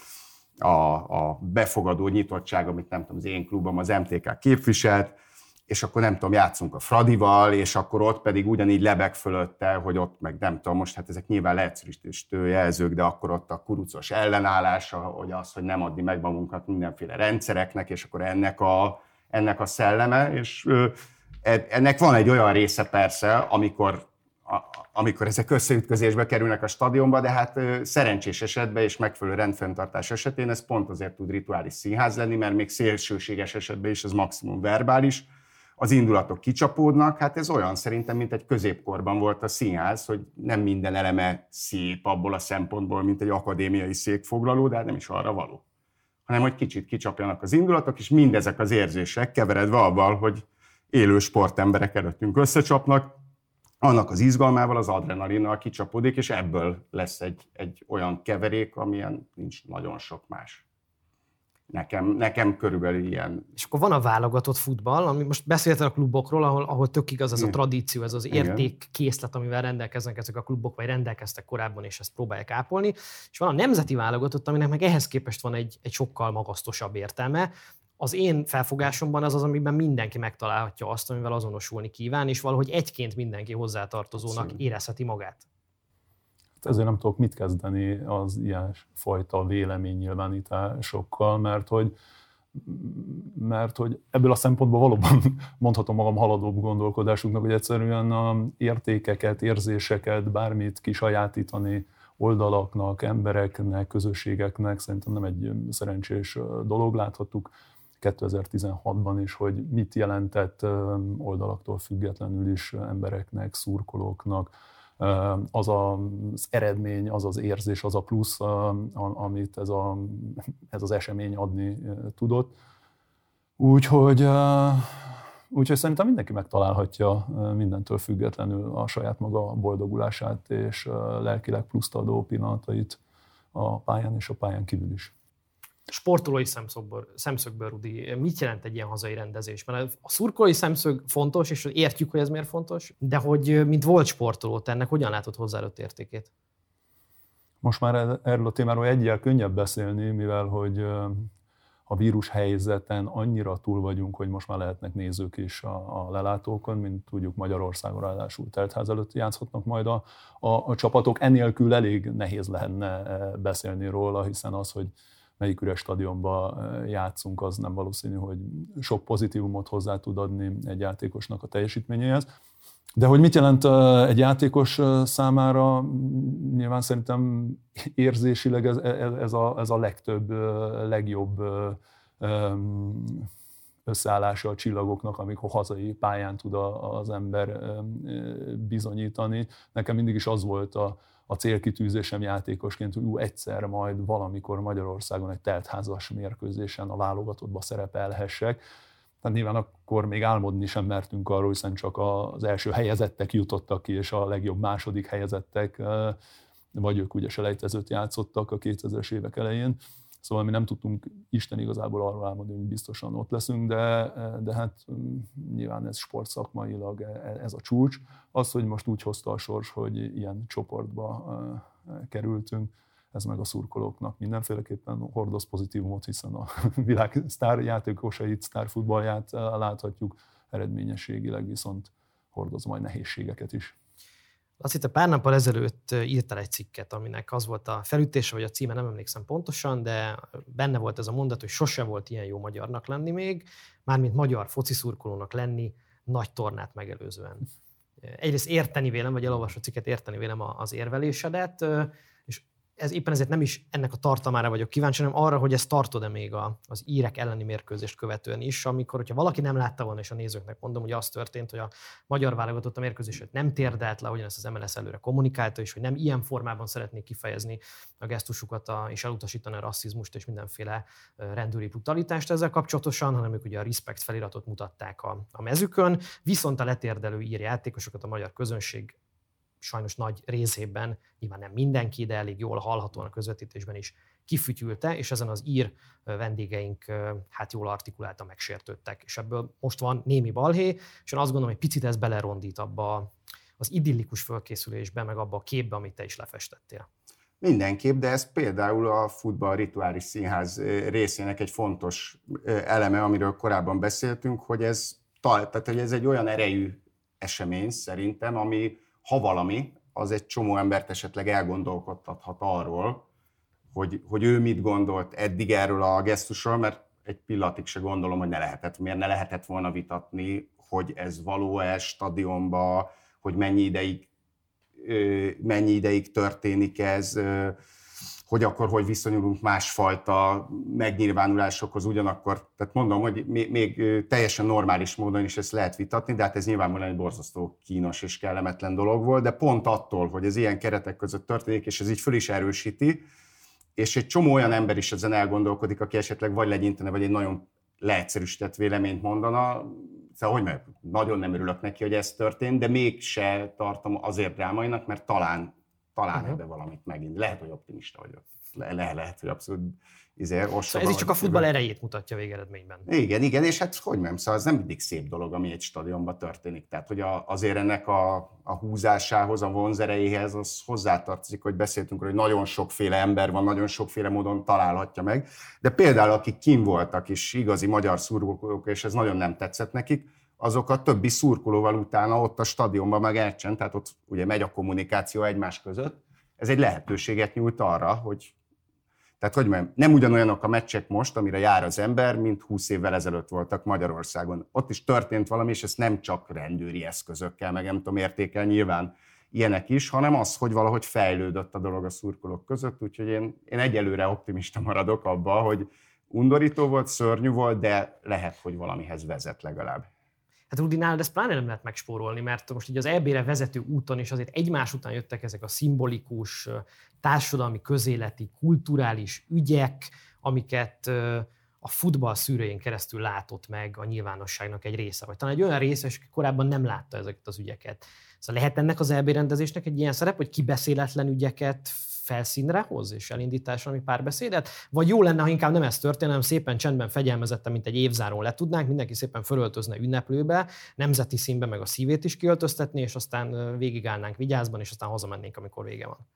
a befogadó nyitottság, amit nem tudom, az én klubom, az MTK képviselt, és akkor nem tudom, játszunk a Fradival, és akkor ott pedig ugyanígy lebeg fölötte, hogy ott meg nem tudom, most hát ezek nyilván leegyszerűsítő jelzők, de akkor ott a kurucos ellenállása, hogy az, hogy nem adni meg magunkat mindenféle rendszereknek, és akkor ennek a szelleme, és ennek van egy olyan része persze, amikor ezek összeütközésbe kerülnek a stadionba, de hát szerencsés esetben és megfelelő rendfenntartás esetén ez pont azért tud rituális színház lenni, mert még szélsőséges esetben is ez maximum verbális, az indulatok kicsapódnak, hát ez olyan szerintem, mint egy középkorban volt a színház, hogy nem minden eleme szép abból a szempontból, mint egy akadémiai székfoglaló, de hát nem is arra való, hanem hogy kicsit kicsapjanak az indulatok, és mindezek az érzések keveredve avval, hogy élő sportemberek előttünk összecsapnak, annak az izgalmával, az adrenalinnal kicsapódik, és ebből lesz egy olyan keverék, amilyen nincs nagyon sok más. Nekem körülbelül ilyen. És akkor van a válogatott futball, ami most beszéltél a klubokról, ahol tök igaz ez a tradíció, ez az értékkészlet, amivel rendelkeznek ezek a klubok, vagy rendelkeztek korábban, és ezt próbálják ápolni. És van a nemzeti válogatott, aminek meg ehhez képest van egy sokkal magasztosabb értelme. Az én felfogásomban az, amiben mindenki megtalálhatja azt, amivel azonosulni kíván, és valahogy egyként mindenki hozzátartozónak érezheti magát. Ezért nem tudok mit kezdeni az ilyen fajta véleménynyilvánításokkal, mert hogy ebből a szempontból valóban mondhatom magam haladóbb gondolkodásuknak, hogy egyszerűen a értékeket, érzéseket, bármit kisajátítani oldalaknak, embereknek, közösségeknek szerintem nem egy szerencsés dolog. Láthattuk 2016-ban is, hogy mit jelentett oldalaktól függetlenül is embereknek, szurkolóknak, az az eredmény, az az érzés, az a plusz, amit ez az esemény adni tudott. Úgyhogy szerintem mindenki megtalálhatja mindentől függetlenül a saját maga boldogulását és lelkileg pluszt adó pillanatait a pályán és a pályán kívül is. Sportolói szemszögből, Rudi, mit jelent egy ilyen hazai rendezés? Mert a szurkolói szemszög fontos, és értjük, hogy ez miért fontos, de hogy mint volt sportoló, te ennek hogyan látod hozzáadott értékét? Most már erről a témáról egyel könnyebb beszélni, mivel hogy a vírus helyzeten annyira túl vagyunk, hogy most már lehetnek nézők is a lelátókon, mint tudjuk, Magyarországon ráadásul teltház előtt játszhatnak majd a csapatok. Ennélkül elég nehéz lenne beszélni róla, hiszen az, hogy melyik üres stadionba játszunk, az nem valószínű, hogy sok pozitívumot hozzá tud adni egy játékosnak a teljesítményéhez. De hogy mit jelent egy játékos számára, nyilván szerintem érzésileg ez a legtöbb, legjobb összeállása a csillagoknak, amikor hazai pályán tud az ember bizonyítani. Nekem mindig is az volt a célkitűzésem játékosként, hogy egyszer majd valamikor Magyarországon egy teltházas mérkőzésen a válogatottba szerepelhessek. Tehát nyilván akkor még álmodni sem mertünk arról, hiszen csak az első helyezettek jutottak ki, és a legjobb második helyezettek, vagy ők ugye selejtezőt játszottak a 2000-es évek elején. Szóval mi nem tudtunk Isten igazából arról álmodni, hogy biztosan ott leszünk, de hát nyilván ez sportszakmailag ez a csúcs. Az, hogy most úgy hozta a sors, hogy ilyen csoportba kerültünk, ez meg a szurkolóknak mindenféleképpen hordoz pozitívumot, hiszen a világ sztárjátékosait, sztárfutballját láthatjuk, eredményességileg viszont hordoz majd nehézségeket is. Azt itt pár nappal ezelőtt írtál egy cikket, aminek az volt a felütése, vagy a címe, nem emlékszem pontosan, de benne volt ez a mondat, hogy sose volt ilyen jó magyarnak lenni még, mármint magyar foci szurkolónak lenni nagy tornát megelőzően. Egyrészt érteni vélem, vagy elolvasó cikket érteni vélem az érvelésedet, és ez éppen ezért nem is ennek a tartalmára vagyok kíváncsi, hanem arra, hogy ezt tartod-e még az írek elleni mérkőzést követően is, amikor, hogyha valaki nem látta volna, és a nézőknek mondom, hogy az történt, hogy a magyar válogatott a mérkőzését nem térdelt le, ahogyan ezt az MLS előre kommunikálta, és hogy nem ilyen formában szeretnék kifejezni a gesztusukat és elutasítani a rasszizmust és mindenféle rendőri brutalitást ezzel kapcsolatosan, hanem ők ugye a respect feliratot mutatták a mezükön, viszont a letérdelő ír játékosokat a magyar közönség sajnos nagy részében, nyilván nem mindenki, de elég jól hallhatóan a közvetítésben is kifütyülte, és ezen az ír vendégeink hát jól artikuláltan megsértődtek. És ebből most van némi balhé, és én azt gondolom, hogy picit ez belerondít abba az idillikus fölkészülésbe, meg abba a képbe, amit te is lefestettél. Mindenképp, de ez például a futball rituális színház részének egy fontos eleme, amiről korábban beszéltünk, hogy ez egy olyan erejű esemény szerintem, ami ha valami, az egy csomó embert esetleg elgondolkodtathat arról, hogy ő mit gondolt eddig erről a gesztusról, mert egy pillanatig se gondolom, hogy miért ne lehetett volna vitatni, hogy ez való-e stadionba, hogy mennyi ideig történik ez, hogy akkor hogy viszonyulunk másfajta megnyilvánulásokhoz ugyanakkor. Tehát mondom, hogy még teljesen normális módon is ezt lehet vitatni, de hát ez nyilvánvalóan egy borzasztó kínos és kellemetlen dolog volt, de pont attól, hogy ez ilyen keretek között történik, és ez így föl is erősíti, és egy csomó olyan ember is ezen elgondolkodik, aki esetleg vagy legyintene, vagy egy nagyon leegyszerűsített véleményt mondana. Szóval, hogy nagyon nem örülök neki, hogy ez történt, de mégse tartom azért drámainak, mert talán ebbe valamit megint. Lehet, hogy optimista vagyok. Lehet, hogy abszolút szóval ez is csak a futball erejét mutatja végeredményben. Igen, és hát hogy nem, szóval ez nem mindig szép dolog, ami egy stadionban történik. Tehát, hogy azért ennek a húzásához, a vonzerejéhez az hozzátartozik, hogy beszéltünk, hogy nagyon sokféle ember van, nagyon sokféle módon találhatja meg. De például, akik kint voltak is igazi magyar szurkolók, és ez nagyon nem tetszett nekik, azok a többi szurkolóval utána ott a stadionban meg elcsend, tehát ott ugye megy a kommunikáció egymás között. Ez egy lehetőséget nyújt arra, hogy nem ugyanolyanok a meccsek most, amire jár az ember, mint 20 évvel ezelőtt voltak Magyarországon. Ott is történt valami, és ezt nem csak rendőri eszközökkel, meg nem tudom értékelni, nyilván ilyenek is, hanem az, hogy valahogy fejlődött a dolog a szurkolók között, úgyhogy én egyelőre optimista maradok abba, hogy undorító volt, szörnyű volt, de lehet, hogy valamihez vezet legalább. Hát Rudi, nálad ezt pláne nem lehet megspórolni, mert most így az EB-re vezető úton is azért egymás után jöttek ezek a szimbolikus, társadalmi, közéleti, kulturális ügyek, amiket a futball szűrőjén keresztül látott meg a nyilvánosságnak egy része, vagy talán egy olyan része, aki korábban nem látta ezeket az ügyeket. Szóval lehet ennek az EB rendezésnek egy ilyen szerep, hogy kibeszéletlen ügyeket felszínre hoz és elindításra, ami párbeszédet? Vagy jó lenne, ha inkább nem ez történne, hanem szépen csendben, fegyelmezetten, mint egy évzárón letudnánk, mindenki szépen fölöltözne ünneplőbe, nemzeti színbe meg a szívét is kiöltöztetni, és aztán végigállnánk vigyázban, és aztán hazamennénk, amikor vége van.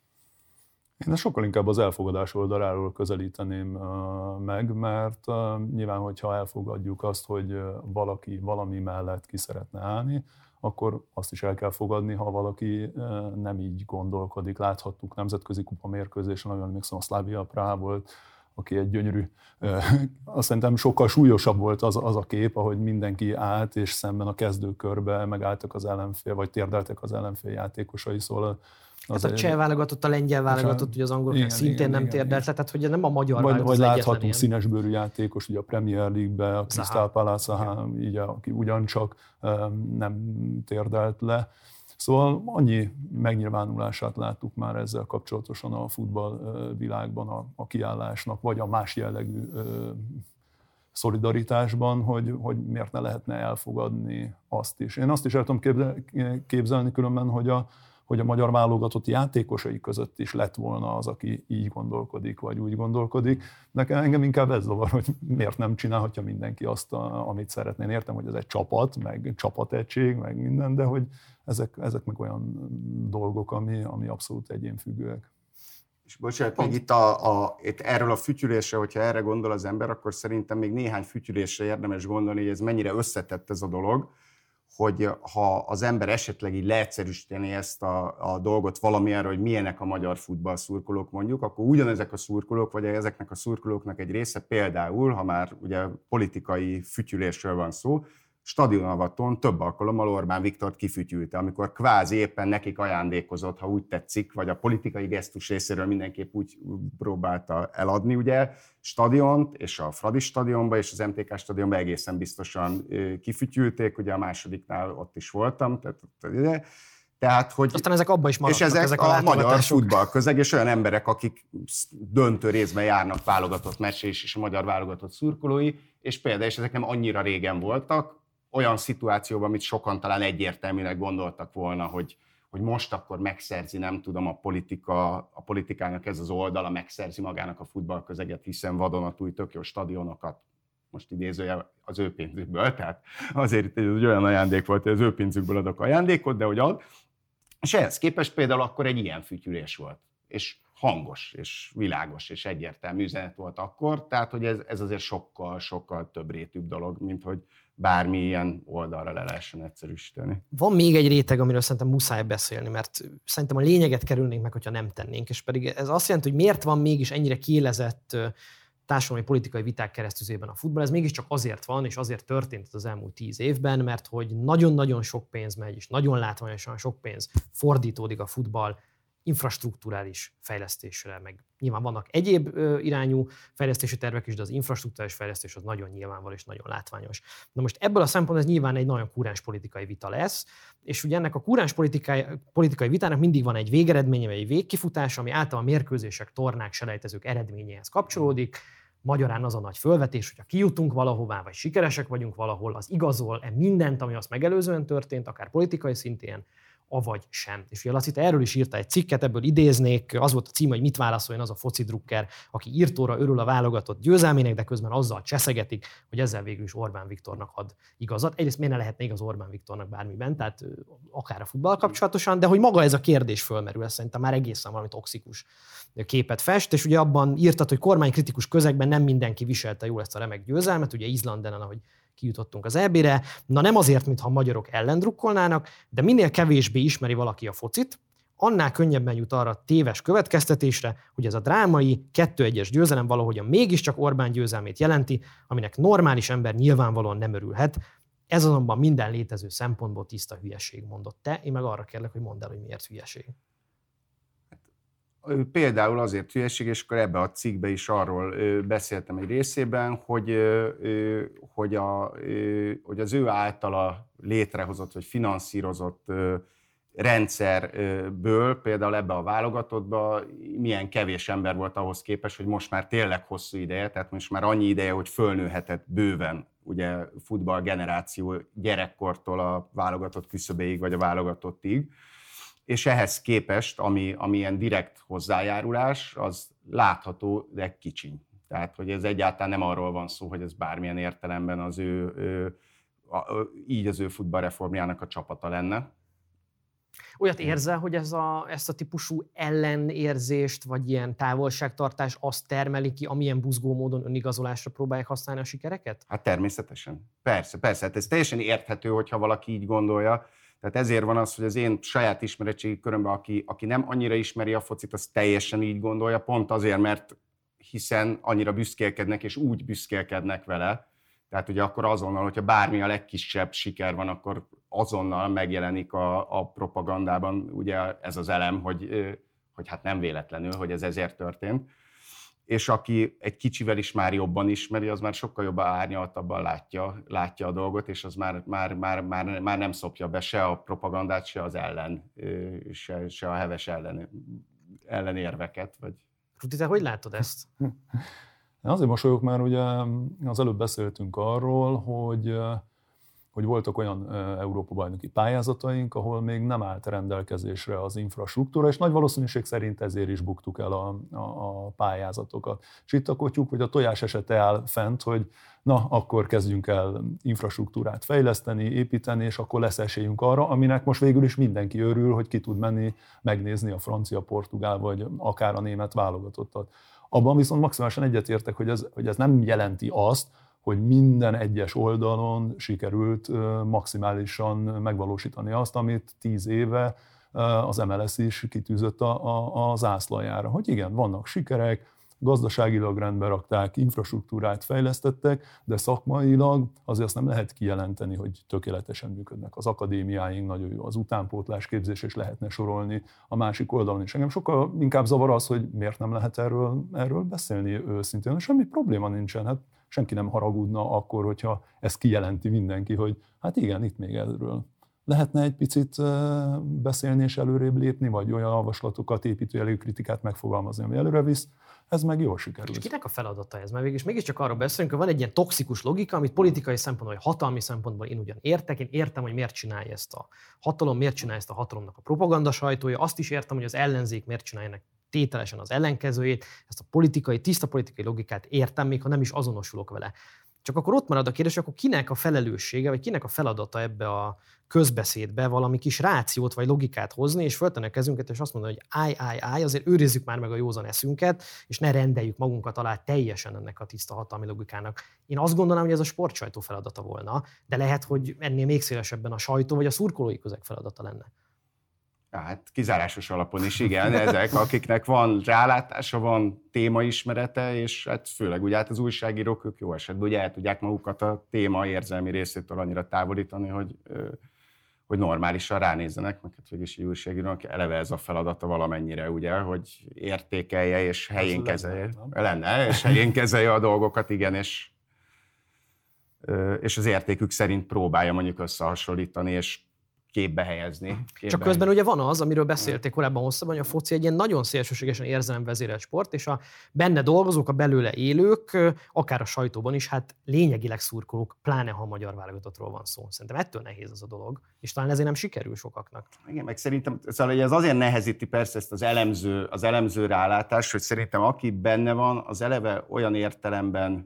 Én sokkal inkább az elfogadás oldaláról közelíteném meg, mert nyilván, hogyha elfogadjuk azt, hogy valaki valami mellett ki szeretne állni, akkor azt is el kell fogadni, ha valaki nem így gondolkodik. Láthattuk nemzetközi kupa mérkőzésen, nagyon emlékszem, a Slavia Praha volt, aki egy gyönyörű, azt szerintem sokkal súlyosabb volt az a kép, ahogy mindenki állt, és szemben a kezdőkörbe megálltak az ellenfél, vagy térdeltek az ellenfél játékosai, szóval hát a cseh válogatott, a lengyel válogatott, ugye az angolok szintén nem térdelt, tehát hogy nem a magyar válogatott vagy láthatunk színesbőrű játékos, ugye a Premier League-be, a Crystal Palace, így, aki ugyancsak nem térdelt le. Szóval annyi megnyilvánulását láttuk már ezzel kapcsolatosan a futball világban a kiállásnak, vagy a más jellegű szolidaritásban, hogy miért ne lehetne elfogadni azt is. Én azt is el tudom képzelni különben, hogy a magyar válogatott játékosai között is lett volna az, aki így gondolkodik, vagy úgy gondolkodik. Engem inkább ez zavar, hogy miért nem csinálhatja mindenki azt, amit szeretné. Én értem, hogy ez egy csapat, meg csapategység, meg minden, de hogy ezek meg olyan dolgok, ami abszolút egyénfüggőek. És bocsánat, még itt erről a fütyülésre, hogyha erre gondol az ember, akkor szerintem még néhány fütyülésre érdemes gondolni, hogy ez mennyire összetett ez a dolog, hogy ha az ember esetleg így leegyszerűsíteni ezt a dolgot valamilyenre, hogy milyenek a magyar futballszurkolók mondjuk, akkor ugyanezek a szurkolók, vagy ezeknek a szurkolóknak egy része például, ha már ugye politikai fütyülésről van szó, stadionavaton több alkalommal Orbán Viktort kifütyülte, amikor kvázi éppen nekik ajándékozott, ha úgy tetszik, vagy a politikai gesztus részéről mindenképp úgy próbálta eladni, ugye, stadiont, és a Fradi stadionba, és az MTK stadionba egészen biztosan kifütyülték, ugye a másodiknál ott is voltam, tehát, hogy aztán ezek abban is maradtak. És ezek a magyar futballközeg, és olyan emberek, akik döntő részben járnak válogatott meccsre és a magyar válogatott szurkolói, és például, és ezek nem annyira régen voltak, olyan szituációban, amit sokan talán egyértelműnek gondoltak volna, hogy most akkor megszerzi, nem tudom, a politikának ez az oldala, megszerzi magának a futballközeget, hiszen vadonatúj tök jó stadionokat, most idézője az ő pénzükből, tehát azért itt egy olyan ajándék volt, hogy az ő pénzükből adok ajándékot, de hogy ad. És ehhez képest például akkor egy ilyen fütyülés volt, és hangos, és világos, és egyértelmű üzenet volt akkor, tehát hogy ez azért sokkal több rétűbb dolog, mint hogy bármi ilyen oldalra le lehessen egyszerűsíteni. Van még egy réteg, amiről szerintem muszáj beszélni, mert szerintem a lényeget kerülnénk meg, hogyha nem tennénk, és pedig ez azt jelenti, hogy miért van mégis ennyire kiélezett társadalmi politikai viták keresztüzében a futball. Ez mégiscsak azért van, és azért történt az elmúlt 10 évben, mert hogy nagyon-nagyon sok pénz megy, és nagyon látványosan sok pénz fordítódik a futball infrastrukturális fejlesztésre, meg nyilván vannak egyéb irányú fejlesztési tervek is, de az infrastrukturális fejlesztés az nagyon nyilvánvaló és nagyon látványos. Na most ebből a szempontból ez nyilván egy nagyon kúrens politikai vita lesz, és ugye ennek a kúrens politikai vitának mindig van egy végeredménye, vagy egy végkifutás, ami általában mérkőzések, tornák, selejtezők eredményéhez kapcsolódik. Magyarán az a nagy fölvetés, hogyha kijutunk valahová, vagy sikeresek vagyunk valahol, az igazol-e mindent, ami azt megelőzően történt, akár politikai szintén, avagy sem. És ugye Laci, te erről is írta egy cikket, ebből idéznék, az volt a cím, hogy mit válaszoljon az a foci drukker, aki írtóra örül a válogatott győzelmének, de közben azzal cseszegetik, hogy ezzel végül is Orbán Viktornak ad igazat. Egyrészt miért ne lehetne igaz Orbán Viktornak bármiben, tehát akár a futball kapcsolatosan, de hogy maga ez a kérdés fölmerül, ez szerintem már egészen valami toxikus képet fest, és ugye abban írtad, hogy kormánykritikus közegben nem mindenki viselte jól ezt a remek győzelmet, ugye Izlanden, ahogy kijutottunk az EB-re. Na nem azért, mintha a magyarok ellen drukkolnának, de minél kevésbé ismeri valaki a focit, annál könnyebben jut arra téves következtetésre, hogy ez a drámai 2-1-es győzelem valahogyan mégiscsak Orbán győzelmét jelenti, aminek normális ember nyilvánvalóan nem örülhet. Ez azonban minden létező szempontból tiszta hülyeség, mondott te. Én meg arra kérlek, hogy mondd el, hogy miért hülyeség. Például azért hülyeség, és akkor ebbe a cikkbe is arról beszéltem egy részében, hogy az ő általa létrehozott vagy finanszírozott rendszerből, például ebbe a válogatottba milyen kevés ember volt ahhoz képest, hogy most már tényleg hosszú ideje, tehát most már annyi ideje, hogy fölnőhetett bőven ugye futball generáció gyerekkortól a válogatott küszöbéig, vagy a válogatottig. És ehhez képest, ami ilyen direkt hozzájárulás, az látható, de kicsiny. Tehát, hogy ez egyáltalán nem arról van szó, hogy ez bármilyen értelemben az ő futballreformjának a csapata lenne. Olyat érzel, hogy ezt a típusú ellenérzést, vagy ilyen távolságtartás azt termeli ki, amilyen buzgó módon önigazolásra próbálják használni a sikereket? Hát természetesen. Persze. Hát ez teljesen érthető, hogyha valaki így gondolja. Tehát ezért van az, hogy az én saját ismeretségi körömben, aki nem annyira ismeri a focit, az teljesen így gondolja, pont azért, mert hiszen annyira büszkélkednek, és úgy büszkélkednek vele. Tehát ugye akkor azonnal, hogyha bármi a legkisebb siker van, akkor azonnal megjelenik a propagandában ugye ez az elem, hogy hát nem véletlenül, hogy ez ezért történt. És aki egy kicsivel is már jobban ismeri, az már sokkal jobban árnyaltabban látja a dolgot, és az már nem szopja be se a propagandát, se az se a heves ellenérveket. Vagy... Ruti, te hogy látod ezt? Én azért mosolyogok, mert ugye az előbb beszéltünk arról, hogy voltak olyan Európa-bajnoki pályázataink, ahol még nem állt rendelkezésre az infrastruktúra, és nagy valószínűség szerint ezért is buktuk el a pályázatokat. És itt a kotyuk, vagy a tojás esete áll fent, hogy na, akkor kezdjünk el infrastruktúrát fejleszteni, építeni, és akkor lesz esélyünk arra, aminek most végül is mindenki örül, hogy ki tud menni megnézni a francia, portugál, vagy akár a német válogatottat. Abban viszont maximálisan egyetértek, hogy ez nem jelenti azt, hogy minden egyes oldalon sikerült maximálisan megvalósítani azt, amit 10 éve az MLS is kitűzött a zászlajára. Hogy igen, vannak sikerek, gazdaságilag rendbe rakták, infrastruktúrát fejlesztettek, de szakmailag azért azt nem lehet kijelenteni, hogy tökéletesen működnek. Az akadémiáink nagyon jó, az utánpótlás képzés is lehetne sorolni a másik oldalon is. Engem sokkal inkább zavar az, hogy miért nem lehet erről beszélni őszintén. Semmi probléma nincsen, hát senki nem haragudna akkor, hogyha ezt kijelenti mindenki, hogy hát igen, itt még erről lehetne egy picit beszélni és előrébb lépni, vagy olyan javaslatokat, építőjelű kritikát megfogalmazni, ami előre visz, ez meg jól sikerült. És kinek a feladata ez? Mert mégiscsak arról beszélünk, hogy van egy ilyen toxikus logika, amit politikai szempontból, vagy hatalmi szempontból én ugyan értek, én értem, hogy miért csinálja ezt a hatalom, miért csinálja ezt a hatalomnak a propaganda sajtója, azt is értem, hogy az ellenzék miért csinálja tételesen az ellenkezőjét, ezt a tiszta politikai logikát értem, még ha nem is azonosulok vele. Csak akkor ott marad a kérdés, akkor kinek a felelőssége, vagy kinek a feladata ebbe a közbeszédbe valami kis rációt vagy logikát hozni, és föltenni a kezünket, és azt mondani, hogy állj, azért őrizzük már meg a józan eszünket, és ne rendeljük magunkat alá teljesen ennek a tiszta hatalmi logikának. Én azt gondolom, hogy ez a sportsajtó feladata volna, de lehet, hogy ennél még szélesebben a sajtó vagy a szurkolói közeg feladata lenne. Hát kizárásos alapon is igen, ezek, akiknek van rálátása, van témaismerete, és hát főleg ugye hát az újságírók, ők jó esetben ugye el tudják magukat a téma érzelmi részétől annyira távolítani, hogy normálisan ránézzenek, meg hát végülis egy újságírónak eleve ez a feladata valamennyire, ugye, hogy értékelje és helyén kezelje. Lenne, és helyén kezelje a dolgokat, igen, és az értékük szerint próbálja mondjuk összehasonlítani, és képbe helyezni. Csak közben ugye van az, amiről beszélték korábban hosszabban, hogy a foci egy ilyen nagyon szélsőségesen érzelemvezérelt sport, és a benne dolgozók, a belőle élők, akár a sajtóban is, hát lényegileg szurkolók, pláne ha a magyar válogatottról van szó. Szerintem ettől nehéz az a dolog, és talán ezért nem sikerül sokaknak. Igen, meg szerintem szóval ez azért nehezíti persze ezt az elemző rálátást, hogy szerintem aki benne van, az eleve olyan értelemben,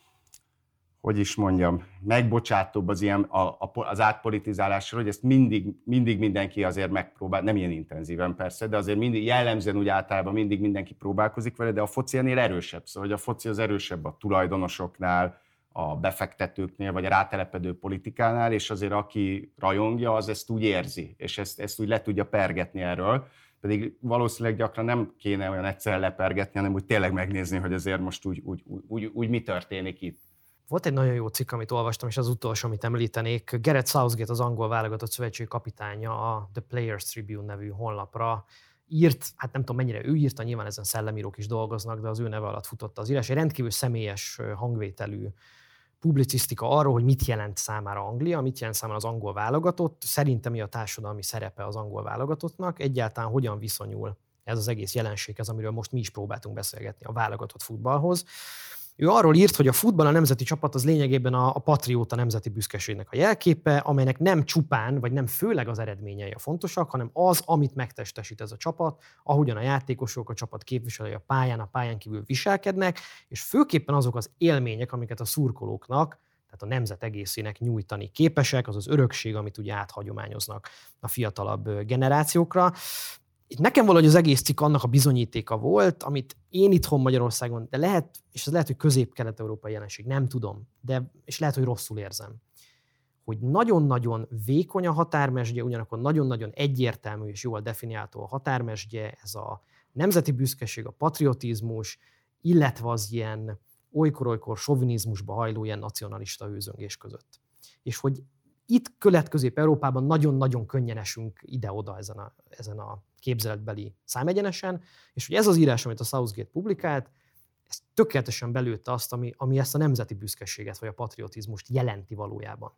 hogy is mondjam, megbocsátóbb az ilyen az átpolitizálásról, hogy ezt mindig mindenki azért megpróbál, nem ilyen intenzíven persze, de azért mindig jellemzően úgy általában mindig mindenki próbálkozik vele, de a foci ennél erősebb, szóval hogy a foci az erősebb a tulajdonosoknál, a befektetőknél, vagy a rátelepedő politikánál, és azért aki rajongja, az ezt úgy érzi, és ezt úgy le tudja pergetni erről. Pedig valószínűleg gyakran nem kéne olyan egyszerűen lepergetni, hanem úgy tényleg megnézni, hogy azért most úgy mi történik itt. Volt egy nagyon jó cikk, amit olvastam, és az utolsó, amit említenék. Gareth Southgate, az angol válogatott szövetségi kapitánya a The Players Tribune nevű honlapra írt, hát nem tudom mennyire ő írta, nyilván ezen szellemírók is dolgoznak, de az ő neve alatt futott az írás. Egy rendkívül személyes hangvételű publicisztika arról, hogy mit jelent számára Anglia, mit jelent számára az angol válogatott, szerintem mi a társadalmi szerepe az angol válogatottnak, egyáltalán hogyan viszonyul ez az egész jelenséghez, amiről most mi is próbáltunk beszélgetni, a válogatott futballhoz. Ő arról írt, hogy a futball, a nemzeti csapat az lényegében a patrióta nemzeti büszkeségnek a jelképe, amelynek nem csupán, vagy nem főleg az eredményei a fontosak, hanem az, amit megtestesít ez a csapat, ahogyan a játékosok, a csapat képviselői a pályán kívül viselkednek, és főképpen azok az élmények, amiket a szurkolóknak, tehát a nemzet egészének nyújtani képesek, az az örökség, amit ugye áthagyományoznak a fiatalabb generációkra. Itt nekem valahogy az egész cikk annak a bizonyítéka volt, amit én itthon Magyarországon, de lehet, és ez lehet, hogy közép-kelet-európai jelenség, nem tudom, és lehet, hogy rosszul érzem, hogy nagyon-nagyon vékony a határmesdje, ugyanakkor nagyon-nagyon egyértelmű és jól definiálható a határmesdje, ez a nemzeti büszkeség, a patriotizmus, illetve az ilyen olykor-olykor sovinizmusba hajló ilyen nacionalista őzöngés között. És hogy itt Kelet-Közép-Európában nagyon-nagyon könnyen esünk ide-oda ezen a képzeletbeli számegyenesen, és hogy ez az írás, amit a Southgate publikált, ez tökéletesen belőtte azt, ami ezt a nemzeti büszkeséget, vagy a patriotizmust jelenti valójában.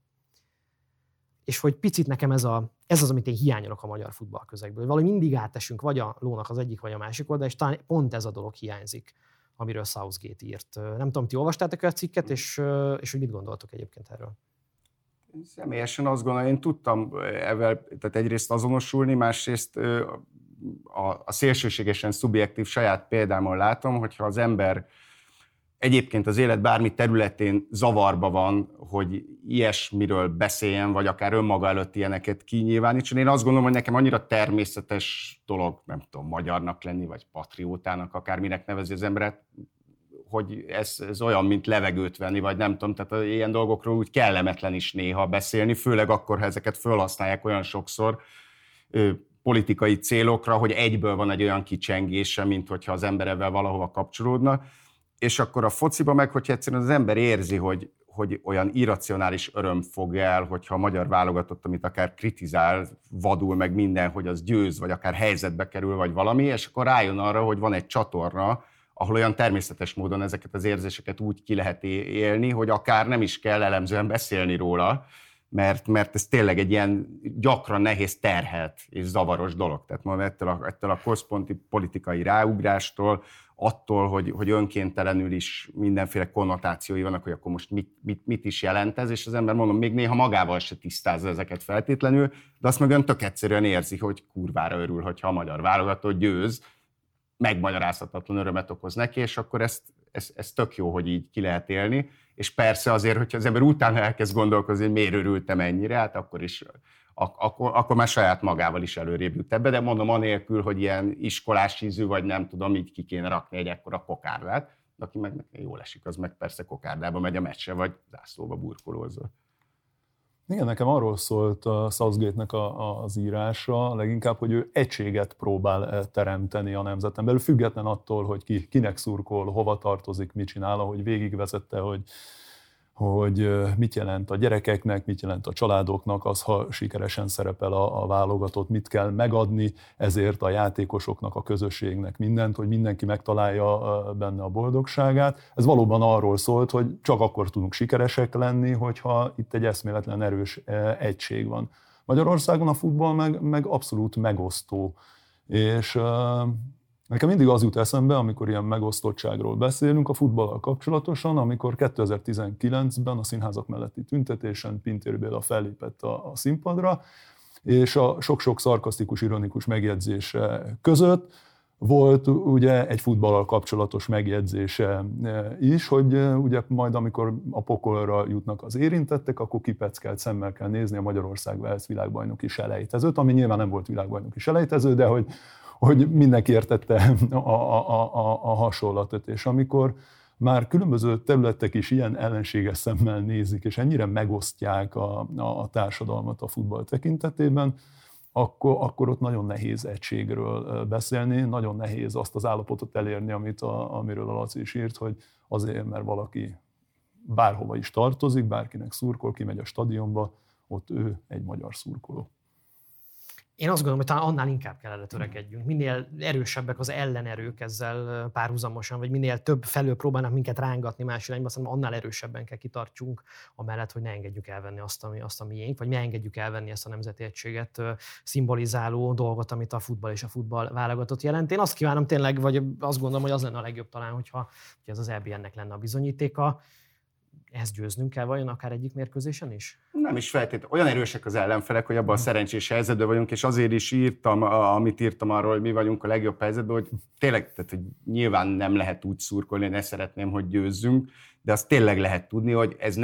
És hogy picit nekem ez az, amit én hiányolok a magyar futballközegből. Valahogy mindig átesünk vagy a lónak az egyik, vagy a másik oldal, és talán pont ez a dolog hiányzik amiről Southgate írt. Nem tudom, ti olvastátok a cikket, és hogy mit gondoltok egyébként erről? Személyesen azt gondolom, én tudtam ezzel, tehát egyrészt azonosulni, másrészt a szélsőségesen szubjektív saját példámon látom, hogyha az ember egyébként az élet bármi területén zavarba van, hogy ilyesmiről beszéljen, vagy akár önmaga előtt ilyeneket kinyilvánítson. Én azt gondolom, hogy nekem annyira természetes dolog, nem tudom, magyarnak lenni, vagy patriótának, akárminek nevezi az emberet, hogy ez olyan, mint levegőt venni, vagy nem tudom, tehát ilyen dolgokról úgy kellemetlen is néha beszélni, főleg akkor, ha ezeket felhasználják olyan sokszor politikai célokra, hogy egyből van egy olyan kicsengése, mint hogyha az ember ebben valahova kapcsolódna. És akkor a fociba meg, hogyha egyszerűen az ember érzi, hogy olyan irracionális öröm fog el, hogyha a magyar válogatott, amit akár kritizál, vadul meg minden, hogy az győz, vagy akár helyzetbe kerül, vagy valami, és akkor rájön arra, hogy van egy csatorna, ahol olyan természetes módon ezeket az érzéseket úgy ki lehet élni, hogy akár nem is kell elemzően beszélni róla, mert ez tényleg egy ilyen gyakran nehéz terhelt és zavaros dolog. Tehát ma ettől a központi politikai ráugrástól, attól, hogy önkéntelenül is mindenféle konnotációi vannak, hogy akkor most mit is jelent ez, és az ember, mondom, még néha magával se tisztázza ezeket feltétlenül, de azt meg ön tök egyszerűen érzi, hogy kurvára örül, hogyha a magyar válogatott győz, megmagyarázhatatlan örömet okoz neki, és akkor ez tök jó, hogy így ki lehet élni, és persze azért, hogyha az ember utána elkezd gondolkozni, hogy miért örültem ennyire, hát akkor már saját magával is előrébb jut ebbe, de mondom, anélkül, hogy ilyen iskolás ízű, vagy nem tudom, így ki kéne rakni egy ekkora kokárdát, de aki meg jól esik, az meg persze kokárdába megy a meccsre, vagy zászlóba burkolózol. Igen, nekem arról szólt a Southgate-nek az írása leginkább, hogy ő egységet próbál teremteni a nemzeten belül, független attól, hogy kinek szurkol, hova tartozik, mit csinál, ahogy végigvezette, hogy mit jelent a gyerekeknek, mit jelent a családoknak, az, ha sikeresen szerepel a válogatott, mit kell megadni, ezért a játékosoknak, a közösségnek mindent, hogy mindenki megtalálja benne a boldogságát. Ez valóban arról szólt, hogy csak akkor tudunk sikeresek lenni, hogyha itt egy eszméletlen erős egység van. Magyarországon a futball meg abszolút megosztó, és nekem mindig az jut eszembe, amikor ilyen megosztottságról beszélünk a futballal kapcsolatosan, amikor 2019-ben a színházak melletti tüntetésen Pintér Béla fellépett a színpadra, és a sok-sok szarkasztikus, ironikus megjegyzése között volt ugye egy futballal kapcsolatos megjegyzése is, hogy ugye majd amikor a pokolra jutnak az érintettek, akkor kipeckelt szemmel kell nézni a Magyarország-Wales világbajnoki selejtezőt, ami nyilván nem volt világbajnoki selejtező, de hogy mindenki értette a hasonlatot, és amikor már különböző területek is ilyen ellenséges szemmel nézik, és ennyire megosztják a társadalmat a futball tekintetében, akkor ott nagyon nehéz egységről beszélni, nagyon nehéz azt az állapotot elérni, amiről a Laci is írt, hogy azért, mert valaki bárhova is tartozik, bárkinek szurkol, kimegy a stadionba, ott ő egy magyar szurkoló. Én azt gondolom, hogy talán annál inkább kell erre törekedjünk. Minél erősebbek az ellenerők ezzel párhuzamosan, vagy minél több felől próbálnak minket rángatni más irányba, szerintem annál erősebben kell kitartsunk, amellett, hogy ne engedjük elvenni azt a miénk, vagy ne engedjük elvenni ezt a nemzeti egységet szimbolizáló dolgot, amit a futball és a futball válogatott jelent. Én azt kívánom tényleg, vagy azt gondolom, hogy az lenne a legjobb talán, hogyha ez az EB-nek lenne a bizonyítéka. Ezt győznünk kell vajon akár egyik mérkőzésen is? Nem is feltétlenül. Olyan erősek az ellenfelek, hogy abban a szerencsés helyzetben vagyunk, és azért is írtam, amit írtam arról, hogy mi vagyunk a legjobb helyzetben, hogy tényleg, tehát, hogy nyilván nem lehet úgy szurkolni, én ezt szeretném, hogy győzzünk, de azt tényleg lehet tudni, hogy ez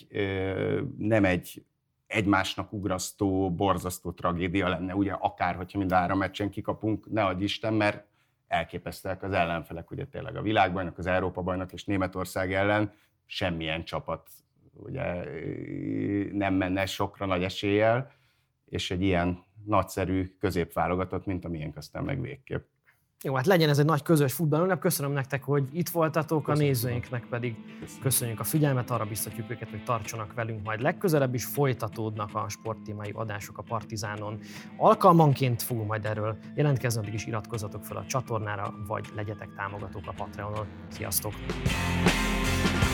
nem egy egymásnak ugrasztó, borzasztó tragédia lenne, ugye akár, hogyha mind a 3 meccsen kikapunk, ne adj Isten, mert elképesztőek az ellenfelek, ugye tényleg a világbajnok, az Európa-bajnok és Németország ellen semmilyen csapat ugye nem menne sokra nagy eséllyel, és egy ilyen nagyszerű középválogatott, mint a miénk, aztán meg végképp. Jó, hát legyen ez egy nagy közös futballünnep. Köszönöm nektek, hogy itt voltatok, a nézőinknek pedig köszönjük a figyelmet, arra biztatjuk őket, hogy tartsanak velünk majd legközelebb is, folytatódnak a sporttémai adások a Partizánon. Alkalmanként fogunk majd erről jelentkezni, addig is iratkozzatok fel a csatornára, vagy legyetek támogatók a Patreonon. Sziasztok!